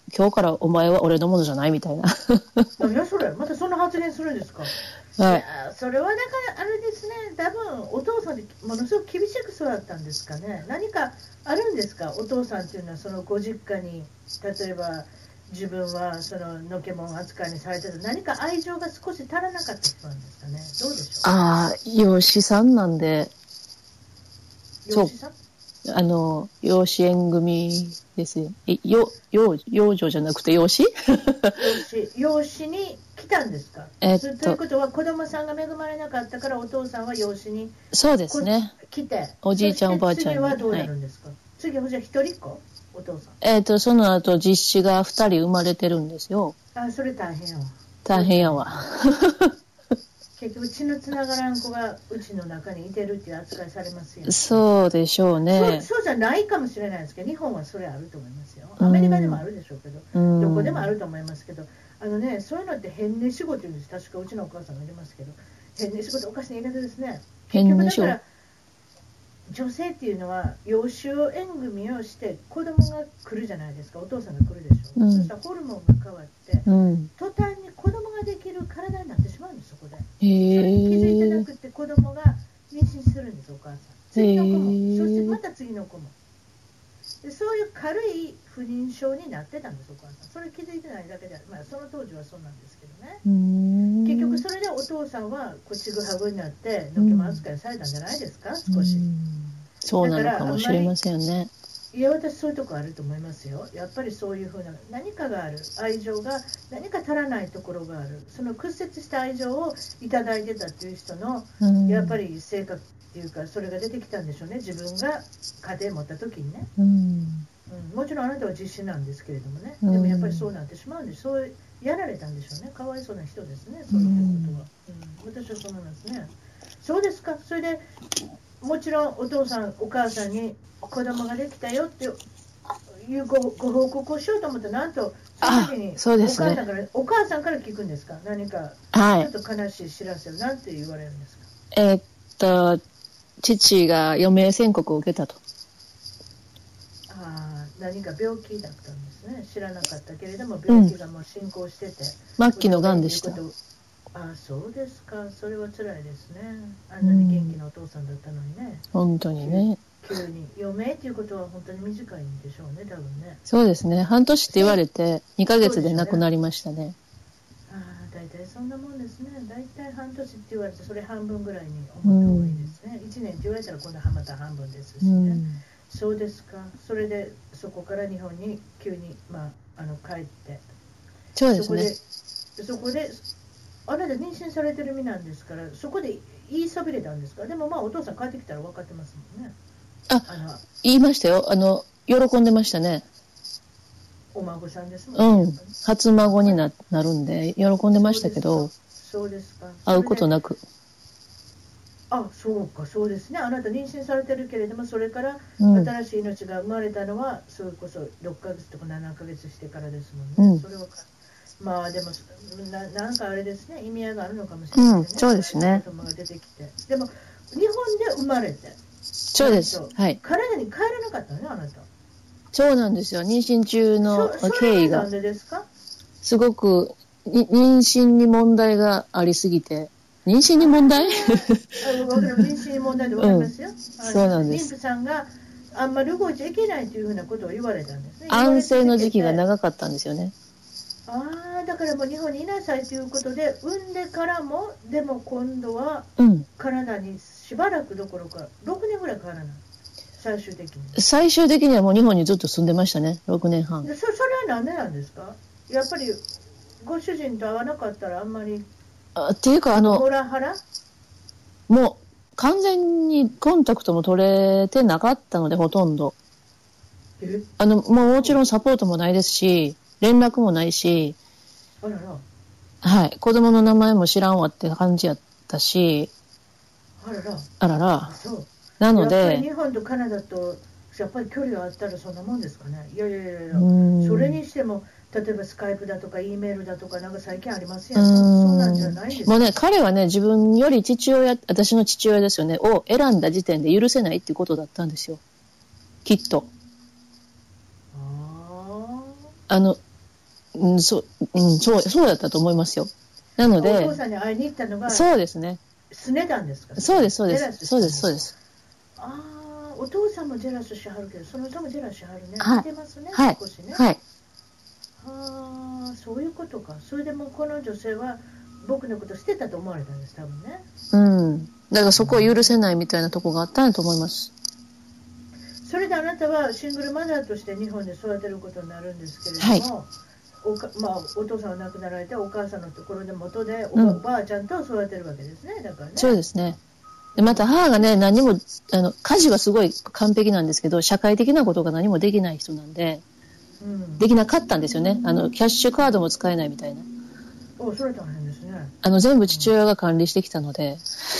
今日からお前は俺のものじゃないみたいな。 何やそれ、またそんな発言するんですか。 はい。 いやそれはだからあれですね、多分お父さんってものすごく厳しく育ったんですかね。何かあるんですか、お父さんっていうのは。そのご実家に例えば自分はそののけもん扱いにされてる、何か愛情が少し足らなかった人なんですかね。どうでしょう。 ああ、養子さんなんで、 養子さん、 養子縁組ですよ。養女じゃなくて養子養子に来たんですか。ということは子供さんが恵まれなかったからお父さんは養子にそうですね。 来て、 おじいちゃんおばあちゃんに。 次はどうなるんですか。次はじゃあ一人っ子お父さん。 その後実子が2人生まれてるんですよ。 あ、それ大変やわ。 大変やわ。 結局血のつながらん子がうちの中にいてるっていう扱いされますよね。 そうでしょうね。 そうじゃないかもしれないですけど、日本はそれあると思いますよ。アメリカでもあるでしょうけど、どこでもあると思いますけど、そういうのって変ね仕事言うんです。確かうちのお母さんが言いますけど、変ね仕事、おかしな言い方ですね。結局だから女性っていうのは養子縁組をして子供が来るじゃないですか。お父さんが来るでしょ、そしたらホルモンが変わって、途端に子供ができる体になってしまうんです。そこでそれに気づいてなくて子供が妊娠するんです。お母さん、次の子も、そしてまた次の子も。でそういう軽い不妊症になってたんです。お母さんそれ気づいてないだけで、その当時はそうなんですけどね。結局それでお父さんはちぐはぐになってのけも扱いされたんじゃないですか、少し。 そうなのかもしれませんね。 いや、私そういうとこあると思いますよ。やっぱりそういうふうな何かがある、愛情が何か足らないところがある、その屈折した愛情をいただいてたっていう人の、やっぱり性格っていうか、それが出てきたんでしょうね。自分が家庭持った時にね、もちろんあなたは実子なんですけれどもね、でもやっぱりそうなってしまうんで、そうやられたんでしょうね。かわいそうな人ですね、そういうことは。私はそう思いますね。そうですか。それでもちろんお父さんお母さんに子供ができたよっていうご報告をしようと思ったら、なんとその時にお母さんから聞くんですか。何かちょっと悲しい知らせをなんて言われるんですか。 父が余命宣告を受けたと。 何か病気だったんですね。知らなかったけれども病気がもう進行してて、 末期のがんでした。 そうですか。それは辛いですね。あんなに元気なお父さんだったのにね。 本当にね。 急に余命っていうことは本当に短いんでしょうね、多分ね。 そうですね。半年って言われて2ヶ月で亡くなりましたね。 大体そんなもんですね。大体半年って言われてそれ半分ぐらいに思った方がいいですね。1年って言われたら今度はまた半分ですしね。そうですか。それでそこから日本に急に帰って、 そうですね。 そこであなた妊娠されてる身なんですから、そこで言いそびれたんですか。でもお父さん帰ってきたら分かってますもんね。 言いましたよ。喜んでましたね。 お孫さんですもんね。 初孫になるんで喜んでましたけど。 そうですか。 会うことなく。 そうか、そうですね。あなた妊娠されてるけれども、それから新しい命が生まれたのは、それこそ6ヶ月とか7ヶ月してからですもんね。それはでもなんかあれですね、意味合いがあるのかもしれないですね。 そうですね。 子供が出てきて、でも日本で生まれて、 そうです。はい。 体に帰らなかったのね、あなた。 そうなんですよ。妊娠中の経緯がなんでですか？ すごく妊娠に問題がありすぎて。妊娠に問題？ 妊娠に問題で分かりますよ。 そうなんです。 妊婦さんがあんまり動いちゃいけないというふうなことを言われたんですね。 安静の時期が長かったんですよね。 だからもう日本にいなさいということで、産んでからも、でも今度は体にしばらくどころか6年ぐらい変わらない。最終的にはもう日本にずっと住んでましたね。6年半。 それはなんでなんですか？やっぱりご主人と会わなかったらあんまりっていうかモラハラ？ もう完全にコンタクトも取れてなかったので、ほとんど。もちろんサポートもないですし、連絡もないし、はい、子供の名前も知らんわって感じやったし、あらら。なので、 やっぱり日本とカナダとやっぱり距離があったらそんなもんですかね。いや、それにしても例えばスカイプだとか E メールだとかなんか最近ありますよね。そうなんじゃないですか。 もうね、彼はね、自分より私の父親ですよね、を選んだ時点で許せないっていうことだったんですよ。きっと。 そうだったと思いますよ。なので、 お父さんに会いに行ったのが、 そうですね。 すねたんですか？ そうです、そうです。 ジェラスそうです、そうです。 ああ、お父さんもジェラスしはるけど、その人もジェラスしはるね。 はい。 似てますね、 はい。 少しね。 はい。 ああ、そういうことか。それでもこの女性は僕のこと捨てたと思われたんです、多分ね。 うん。だからそこを許せないみたいなとこがあったんだと思います。 それであなたはシングルマザーとして日本で育てることになるんですけれども、はい、お父さんが亡くなられてお母さんのところで元でおばあちゃんと育てるわけですね。だからね。 そうですね。でまた母がね、何も家事はすごい完璧なんですけど、社会的なことが何もできない人なんで、できなかったんですよね。キャッシュカードも使えないみたいな。 それ大変ですね。 全部父親が管理してきたので。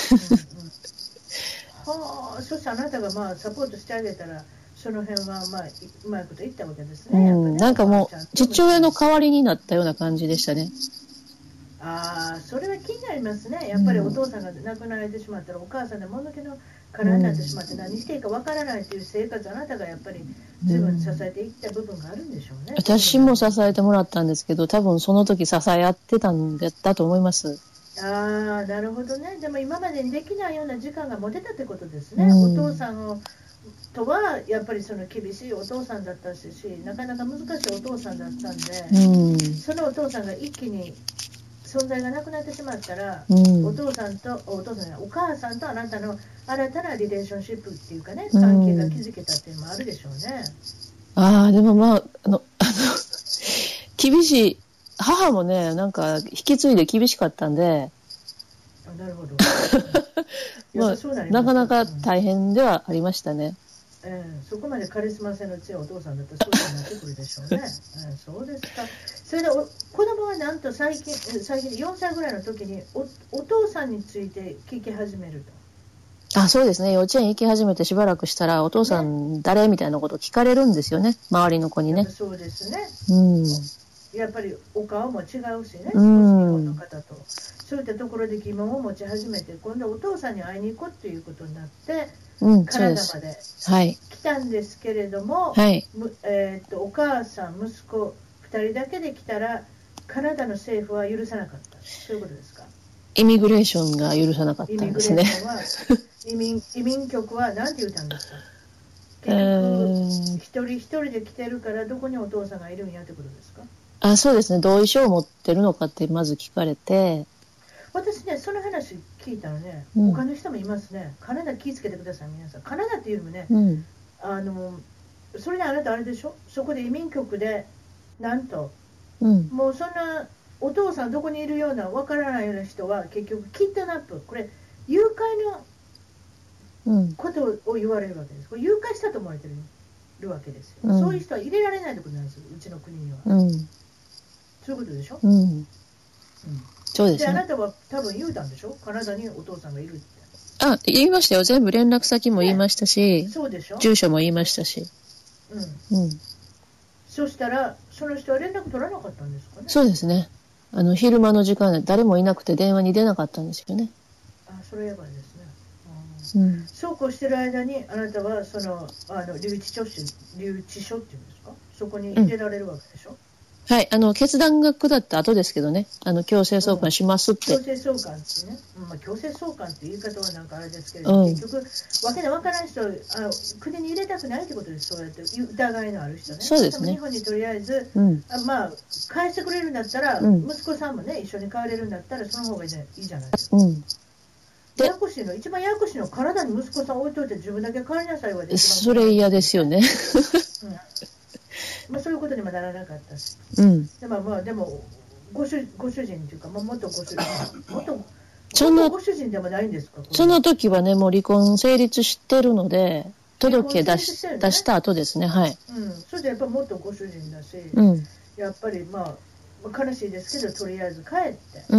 はあ、そしてあなたがサポートしてあげたら、その辺はうまいこと言ったわけですね。 なんかもう父親の代わりになったような感じでしたね。 ああ、それは気になりますね。やっぱりお父さんが亡くなられてしまったら、お母さんでものけの殻になってしまって、何していいかわからないという生活、あなたがやっぱり自分支えていった部分があるんでしょうね。 私も支えてもらったんですけど、多分その時支え合ってたんだと思います。 ああ、なるほどね。でも今までにできないような時間が持てたってことですね。お父さんとはやっぱりその厳しいお父さんだったし、なかなか難しいお父さんだったんで、そのお父さんが一気に存在がなくなってしまったら、お母さんとあなたの新たなリレーションシップっていうかね、関係が築けたっていうのもあるでしょうね。 でも厳しい。母もね、なんか引き継いで厳しかったんで、 なるほど。 なかなか大変ではありましたね。 そこまでカリスマ性の強いお父さんだったらそうになってくるでしょうね。そうですか。それで子供はなんと最近4歳ぐらいの時にお父さんについて聞き始めると。 そうですね。幼稚園行き始めてしばらくしたら、お父さん誰みたいなこと聞かれるんですよね。周りの子にね。 そうですね。やっぱりお顔も違うしね、日本の方と。そういったところで疑問を持ち始めて、今度お父さんに会いに行こうということになって、カナダまで来たんですけれども、お母さん、息子2人だけで来たら、カナダの政府は許さなかった。そういうことですか？ イミグレーションが許さなかったんですね。 移民局は何て言ったんですか？結局、一人一人で来てるから、どこにお父さんがいるんやってことですか？ そうですね。同意書を持ってるのかってまず聞かれて。 私ね、その話聞いたらね、他の人もいますね。カナダ気をつけてください、皆さん。カナダっていうのもね、それであなたあれでしょ？そこで移民局で、なんと、もうそんな、お父さんどこにいるような、わからないような人は、結局、キッドナップ、これ、誘拐のことを言われるわけです。これ誘拐したと思われてるわけですよ。そういう人は入れられないってことなんですよ、うちの国には。そういうことでしょ？そうですね。で、あなたは多分言うたんでしょ？カナダにお父さんがいるって。 言いましたよ。全部連絡先も言いましたし、 そうでしょ？ 住所も言いましたし。 そしたら、その人は連絡取らなかったんですかね？ そうですね。昼間の時間で誰もいなくて電話に出なかったんですよね。 それやばいですね。そうこうしてる間に、あなたは留置所っていうんですか？そこに入れられるわけでしょ？ はい、決断が下った後ですけどね、強制送還しますって。 強制送還ってね、強制送還っていう言い方はなんかあれですけれども、結局、わけでわからない人、国に入れたくないってことです、そうやって疑いのある人ね。 そうですね。 日本にとりあえず、返してくれるんだったら、息子さんもね、一緒に帰れるんだったら、その方がいいじゃないですか。一番ややこしいのは、体に息子さん置いといて自分だけ帰りなさいわ。 それ嫌ですよね。 そういうことにもならなかったし、でもご主人というか、元ご主人でもないんですか？ その時はね、もう離婚成立してるので、届け出した後ですね、はい。 それでやっぱ元ご主人だし、やっぱり悲しいですけど、とりあえず帰って、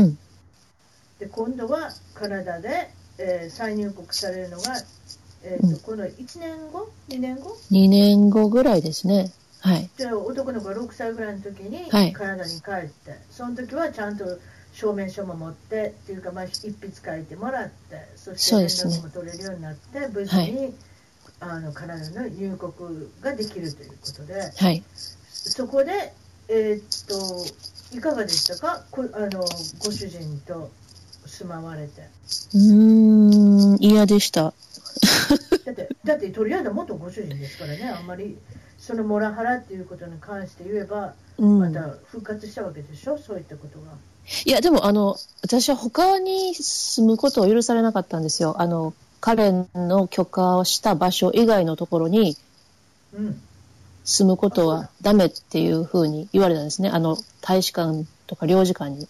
で今度はカナダで、再入国されるのが、この1年後 ?2 年後 ?2 年後ぐらいですね。はい、 じゃあ男の子が6歳ぐらいの時にカナダに帰って、その時はちゃんと証明書も持ってっていうか、一筆書いてもらって、そして連絡も取れるようになって、無事に、カナダの入国ができるということで、そこでいかがでしたか、ご主人と住まわれて。 嫌でした。 だってとりあえず元ご主人ですからね。あんまりそのモラハラっていうことに関して言えば、また復活したわけでしょ、そういったことが。 いやでも私は他に住むことを許されなかったんですよ。彼の許可をした場所以外のところに住むことはダメっていうふうに言われたんですね。大使館とか領事館に。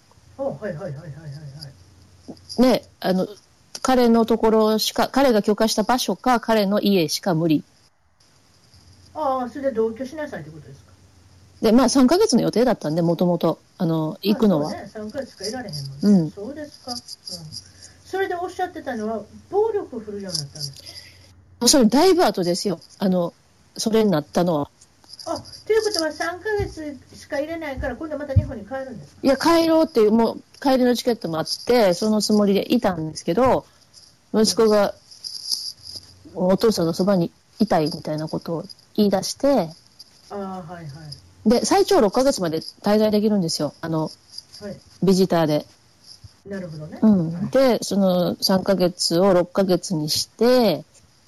ね、彼のところしか、彼が許可した場所か彼の家しか無理。 ああ、それで同居しなさいってことですか。 で、まあ3ヶ月の予定だったんで、もともと、行くのは。 そうね、3ヶ月しかいられへんもんね。そうですか。それでおっしゃってたのは、暴力を振るうようになったんですか。 それだいぶ後ですよ。それになったのは。 ということは3ヶ月しか入れないから、今度また日本に帰るんですか。 いや、帰ろうっていう、もう帰りのチケットもあって、そのつもりでいたんですけど、息子が、お父さんのそばにいたいみたいなことを言い出して、で、最長6ヶ月まで滞在できるんですよ。ビジターで。 なるほどね。 で、その3ヶ月を6ヶ月にして、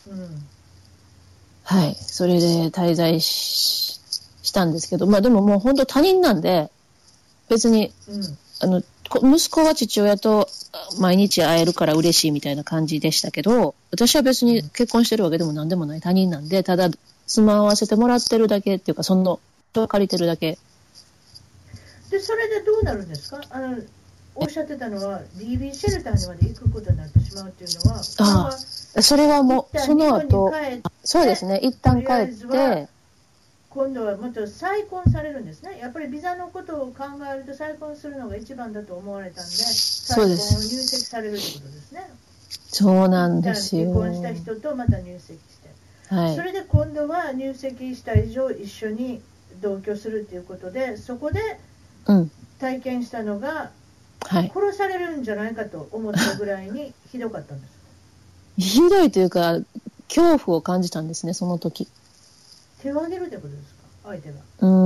はい、それで滞在したんですけど、まあでももう本当他人なんで、別に、息子は父親と毎日会えるから嬉しいみたいな感じでしたけど、私は別に結婚してるわけでも何でもない他人なんで、ただ住まわせてもらってるだけっていうか、その人借りてるだけ。 で、それでどうなるんですか。おっしゃってたのは DV シェルターにまで行くことになってしまうっていうのは、 それはもうその後、そうですね、一旦帰って今度はもっと再婚されるんですね。やっぱりビザのことを考えると再婚するのが一番だと思われたんで、再婚を入籍されるってことですね。 そうなんですよ。 離婚した人とまた入籍して、それで今度は入籍した以上一緒に同居するっていうことで、そこで体験したのが、殺されるんじゃないかと思ったぐらいにひどかったんです。 ひどいというか恐怖を感じたんですね、その時。 手を挙げるってことですか、相手が。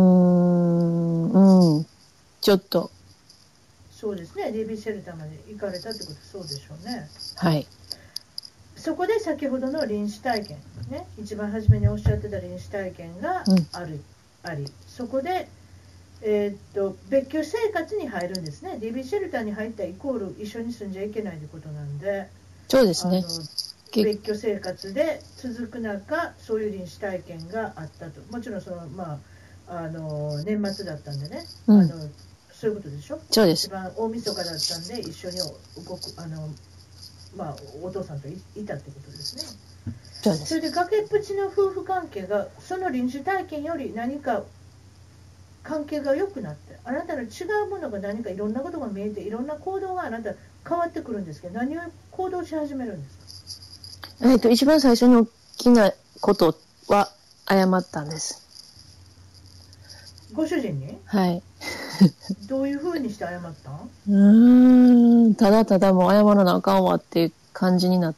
ちょっと。 そうですね、DVシェルターまで行かれたってこと、そうでしょうね。 はい。 そこで先ほどの臨死体験ね、一番初めにおっしゃってた臨死体験があり、そこで別居生活に入るんですね。DVシェルターに入ったイコール一緒に住んじゃいけないということなんで、 そうですね。 別居生活で続く中、そういう臨死体験があったと。もちろんその、年末だったんでね、そういうことでしょ。 そうです。 一番大晦日だったんで一緒に動くお父さんといたってことですね。 そうです。 それで崖っぷちの夫婦関係がその臨死体験より何か関係が良くなって、あなたの違うものが何かいろんなことが見えて、いろんな行動があなた変わってくるんですけど、何を行動し始めるんですか。 一番最初に大きなことは謝ったんです。 ご主人に。 はい。 どういうふうにして謝ったん？ ただただもう謝らなあかんわっていう感じになって、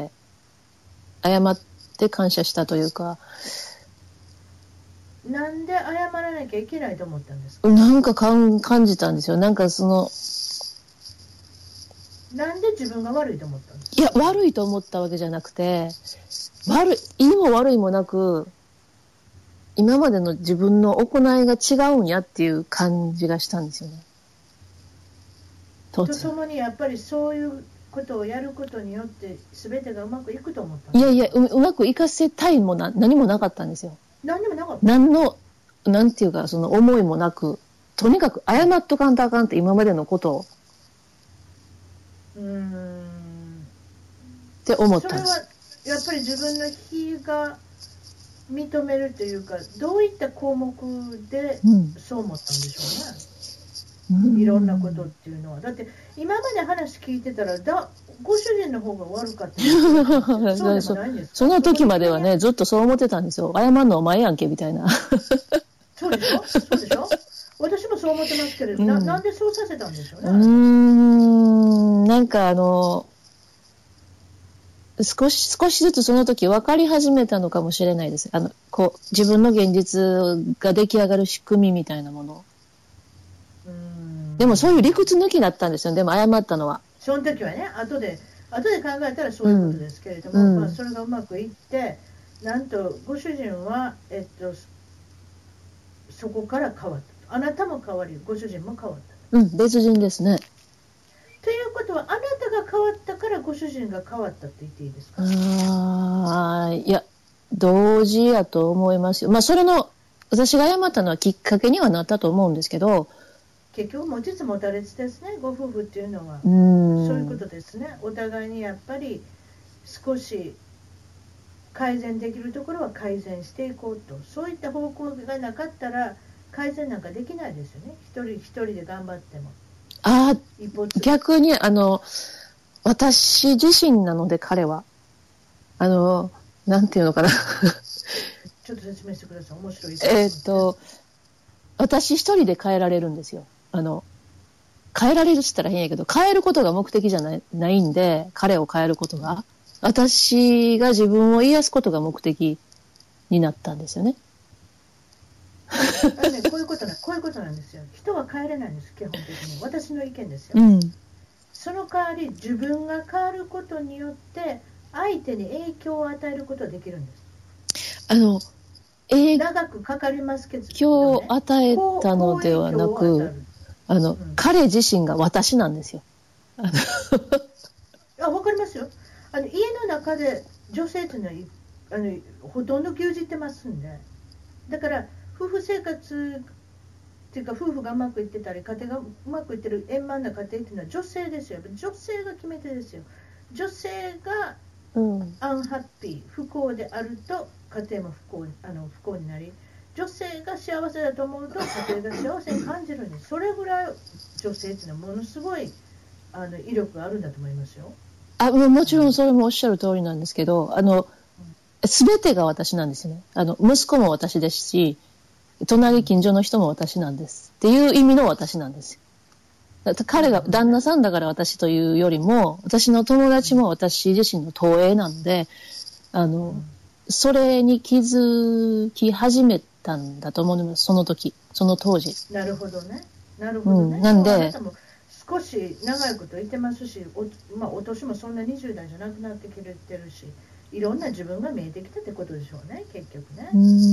謝って感謝したというか。 なんで謝らなきゃいけないと思ったんですか。 なんか感じたんですよ。なんかなんで自分が悪いと思ったんですか。 いや、悪いと思ったわけじゃなくて、いいも悪いもなく、今までの自分の行いが違うんやっていう感じがしたんですよね。 とともにやっぱりそういうことをやることによって全てがうまくいくと思ったんですか。 いやいや、うまくいかせたいも何もなかったんですよ。 何にもなかった。 なんていうか、その思いもなく、とにかく謝っとかんとあかんって今までのことを。って思ったんです。 それはやっぱり自分の非が認めるというか、どういった項目でそう思ったんでしょうね。いろんなことっていうのは。だって今まで話聞いてたらご主人の方が悪かった。そうでもないんですか。 その時まではね、ずっとそう思ってたんですよ。謝るのお前やんけみたいな。 そうでしょ。そうでしょ。私もそう思ってますけれど、なんでそうさせたんでしょうね。 なんか少しずつその時分かり始めたのかもしれないです。自分の現実が出来上がる仕組みみたいなもの。でもそういう理屈抜きだったんですよ。でも謝ったのは。 その時はね、後で考えたらそういうことですけれども、まあ、それがうまくいって、なんとご主人は、そこから変わった。あなたも変わり、ご主人も変わった。 別人ですね。 ということは、あなたが変わったからご主人が変わったって言っていいですか？ いや、同時やと思いますよ。まあ、私が謝ったのはきっかけにはなったと思うんですけど、 結局持ちつ持たれつですね、ご夫婦っていうのは。そういうことですね。お互いにやっぱり少し改善できるところは改善していこうと。そういった方向がなかったら改善なんかできないですよね。一人で頑張っても。 逆に私自身なので彼はなんていうのかなちょっと説明してください。面白いです。 私一人で変えられるんですよ。変えられるって言ったら変やけど、変えることが目的じゃないんで、彼を変えることが、私が自分を癒すことが目的になったんですよね。 こういうことなんですよ。人は変えれないんです、基本的に。私の意見ですよ。その代わり自分が変わることによって相手に影響を与えることができるんです。長くかかりますけど、ね、 影響を与えたのではなく、彼自身が私なんですよ。 わかりますよ。家の中で女性というのはほとんど牛耳ってますんで、だから夫婦生活っていうか、夫婦がうまくいってたり家庭がうまくいってる円満な家庭っていうのは女性ですよ。女性が決め手ですよ。女性がアンハッピー、不幸であると家庭も不幸になり、女性が幸せだと思うと家庭が幸せに感じるんです。それぐらい女性っていうのはものすごい威力があるんだと思いますよ。 もちろんそれもおっしゃる通りなんですけど、全てが私なんですね。息子も私ですし、隣近所の人も私なんですっていう意味の私なんですよ。彼が旦那さんだから私というよりも、私の友達も私自身の投影なんで、それに気づき始めたんだと思います。その当時。 なるほどね。 なんで、 あなたも少し長いこといてますし、お年もそんな20代じゃなくなってきてるし、いろんな自分が見えてきたってことでしょうね、結局ね。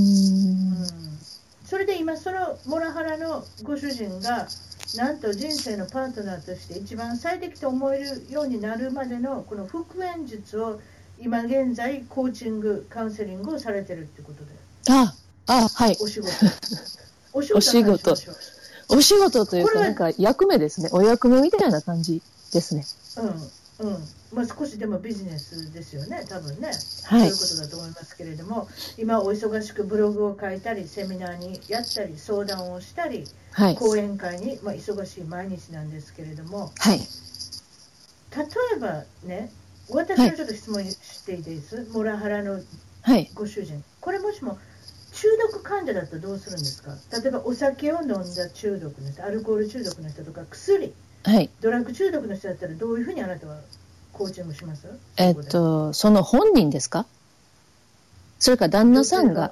それで今そのモラハラのご主人がなんと人生のパートナーとして一番最適と思えるようになるまでのこの復縁術を今現在コーチングカウンセリングをされてるってことで。 はい。お仕事というかなんか役目ですね。お役目みたいな感じですね。 まあ、少しでもビジネスですよね、多分ね、そういうことだと思いますけれども、今お忙しくブログを書いたりセミナーにやったり相談をしたり、講演会に、忙しい毎日なんですけれども、例えばね、私はちょっと質問していいです？モラハラのご主人、これもしも中毒患者だとどうするんですか？例えばお酒を飲んだ中毒の人、アルコール中毒の人とか薬、ドラッグ中毒の人だったらどういうふうにあなたはコーチングします？ その本人ですか？それから旦那さんが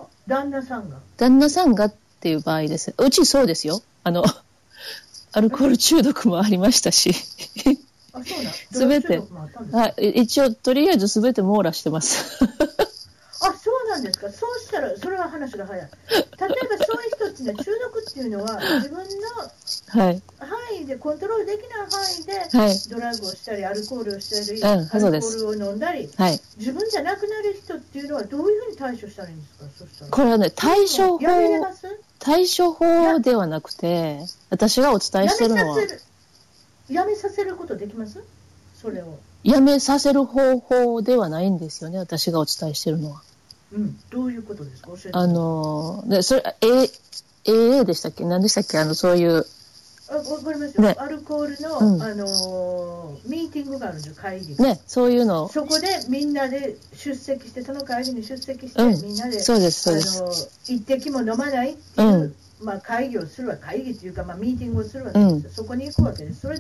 っていう場合です。うちそうですよ。アルコール中毒もありましたし。すべて。一応、とりあえずすべて網羅してます。 そうなんですか。そうしたら、それは話が早い。例えばそういう人っていうのは、中毒っていうのは、自分の範囲で、コントロールできない範囲で、ドラッグをしたり、アルコールをしたり、アルコールを飲んだり、自分じゃなくなる人っていうのは、どういうふうに対処したらいいんですか？そしたらこれはね、対処法ではなくて、私がお伝えしてるのは。 やめさせることできます？それを。 やめさせる方法ではないんですよね、私がお伝えしてるのは。 どういうことですか？教えて。 それ、AA でしたっけ？何でしたっけ？そういう。 わかりますよ。アルコールの、ミーティングがあるんですよ、会議。 そういうの。 そこでみんなで出席して、その会議に出席して、みんなで、一滴も飲まないっていう、会議をするわ、会議というか、ミーティングをするわけですよ。そこに行くわけです。それで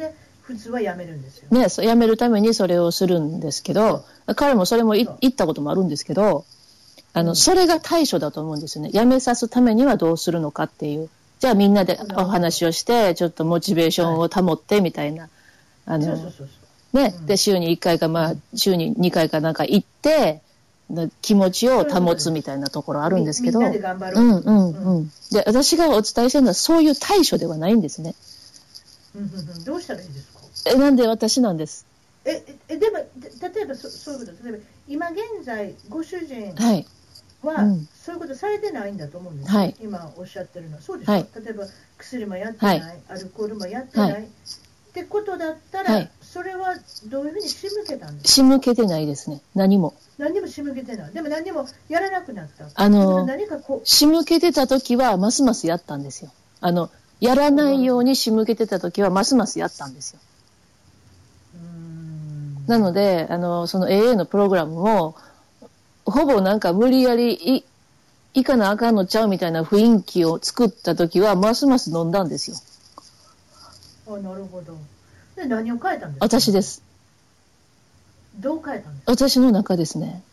普通はやめるんですよね。やめるためにそれをするんですけど、彼もそれも言ったこともあるんですけど、それが対処だと思うんですよね。やめさすためにはどうするのかっていう。じゃあみんなでお話をして、ちょっとモチベーションを保ってみたいな。ね。で、週に1回か、まあ、週に2回かなんか行って、気持ちを保つみたいなところあるんですけど。 みんなで頑張ろう。で、私がお伝えしてるのはそういう対処ではないんですね。 どうしたらいいですか？ なんで私なんです。 でも、例えばそういうこと、例えば、今現在、ご主人は、そういうことされてないんだと思うんですよ、はい、今おっしゃってるのは。そうですか、はい、例えば、薬もやってない、アルコールもやってない、ってことだったら、それはどういうふうに仕向けたんですか？仕向けてないですね、何も仕向けてない。でも何もやらなくなった。 仕向けてた時は、ますますやったんですよ。やらないように仕向けてた時は、ますますやったんですよ。なので、その AA のプログラムも、ほぼなんか無理やり行かなあかんのちゃうみたいな雰囲気を作った時は、ますます飲んだんですよ。 なるほど。で、何を変えたんですか？ 私です。 どう変えたんですか？ 私の中ですね。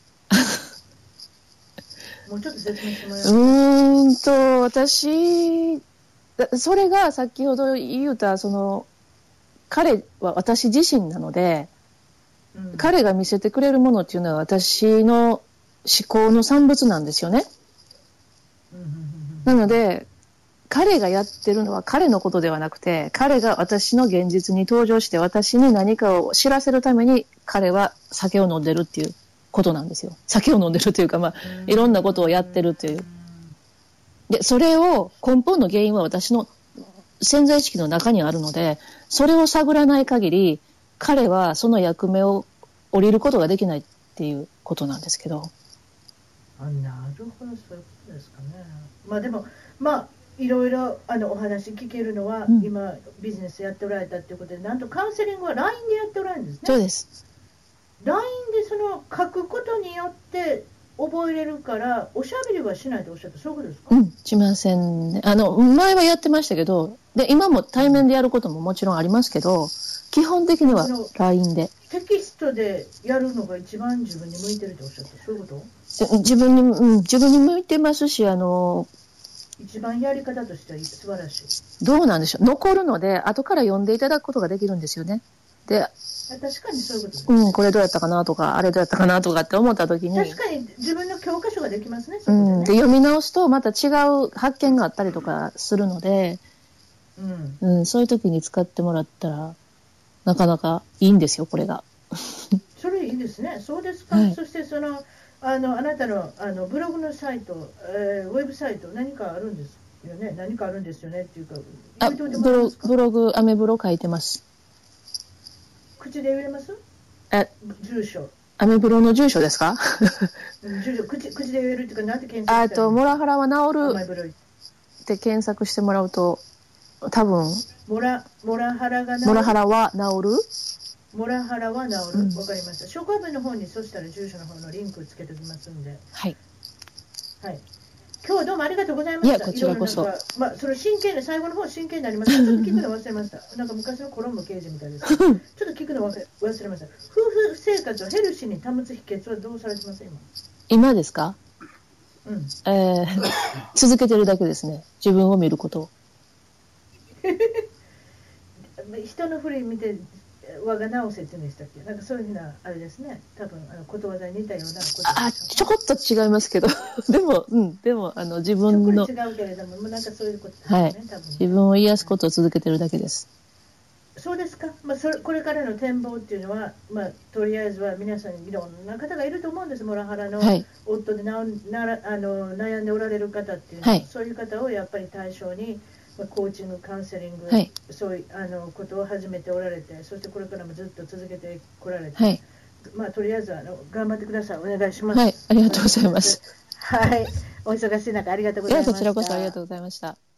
もうちょっと説明してもらえますか？ 私、それが先ほど言うた、彼は私自身なので、彼が見せてくれるものっていうのは私の思考の産物なんですよね。なので、彼がやってるのは彼のことではなくて、彼が私の現実に登場して私に何かを知らせるために彼は酒を飲んでるっていうことなんですよ。酒を飲んでるというか、まあ、いろんなことをやってるという。で、それを根本の原因は私の潜在意識の中にあるので、それを探らない限り、彼はその役目を降りることができないっていうことなんですけど。 なるほど、そういうことですかね。まあでも、いろいろお話聞けるのは、今ビジネスやっておられたっていうことで、なんとカウンセリングは LINE でやっておられるんですね。 そうです。 LINE で書くことによって覚えれるから、おしゃべりはしないとおっしゃった、そういうことですか？ しませんね。前はやってましたけど、で、今も対面でやることももちろんありますけど、基本的には LINE で。 テキストでやるのが一番自分に向いてるとおっしゃった、そういうこと？ 自分に向いてますし、 一番やり方としては素晴らしい。 どうなんでしょう。残るので、後から読んでいただくことができるんですよね。で、 確かにそういうことです。 これどうやったかなとか、あれどうやったかなとかって思った時に。 確かに自分の教科書ができますね、そこでね。 で、読み直すとまた違う発見があったりとかするので、そういう時に使ってもらったら、なかなかいいんですよ、これが。 それいいですね。そうですか。そしてあなたのブログのサイト、ウェブサイト何かあるんですよね。何かあるんですよねっていうか。 ブログ、アメブロ書いてます。 口で言えます？住所。 アメブロの住所ですか？ 住所、口で言えるっていうか、なんて検索したら？ モラハラは治るって検索してもらうと、多分。 モラハラが治る。 モラハラは治る？ モラハラは治る。わかりました。紹介文の方に、そしたら住所の方のリンクつけておきますんで。 はい。 はい。今日はどうもありがとうございました。 いや、こちらこそ。 その最後の方真剣になりました。ちょっと聞くの忘れました。なんか昔のコロンボ刑事みたいです。ちょっと聞くの忘れました。夫婦生活をヘルシーに保つ秘訣はどうされてます今ですか？続けてるだけですね。自分を見ることを。 人の振り見て我が直せって言うんでしたっけ？なんかそういうふうなあれですね。多分ことわざに似たようなこと。 ちょこっと違いますけど、でも自分の違うけれども、なんかそういうことですね。 はい、多分自分を癒すことを続けてるだけです。 そうですか。これからの展望っていうのは、とりあえずは皆さんいろんな方がいると思うんです。モラハラの夫で悩んでおられる方っていうのは、そういう方をやっぱり対象に。コーチング、カウンセリング、そういうことを始めておられて、そしてこれからもずっと続けてこられて、とりあえず頑張ってください。お願いします。 はい、ありがとうございます。 はい、お忙しい中ありがとうございました。 こちらこそありがとうございました。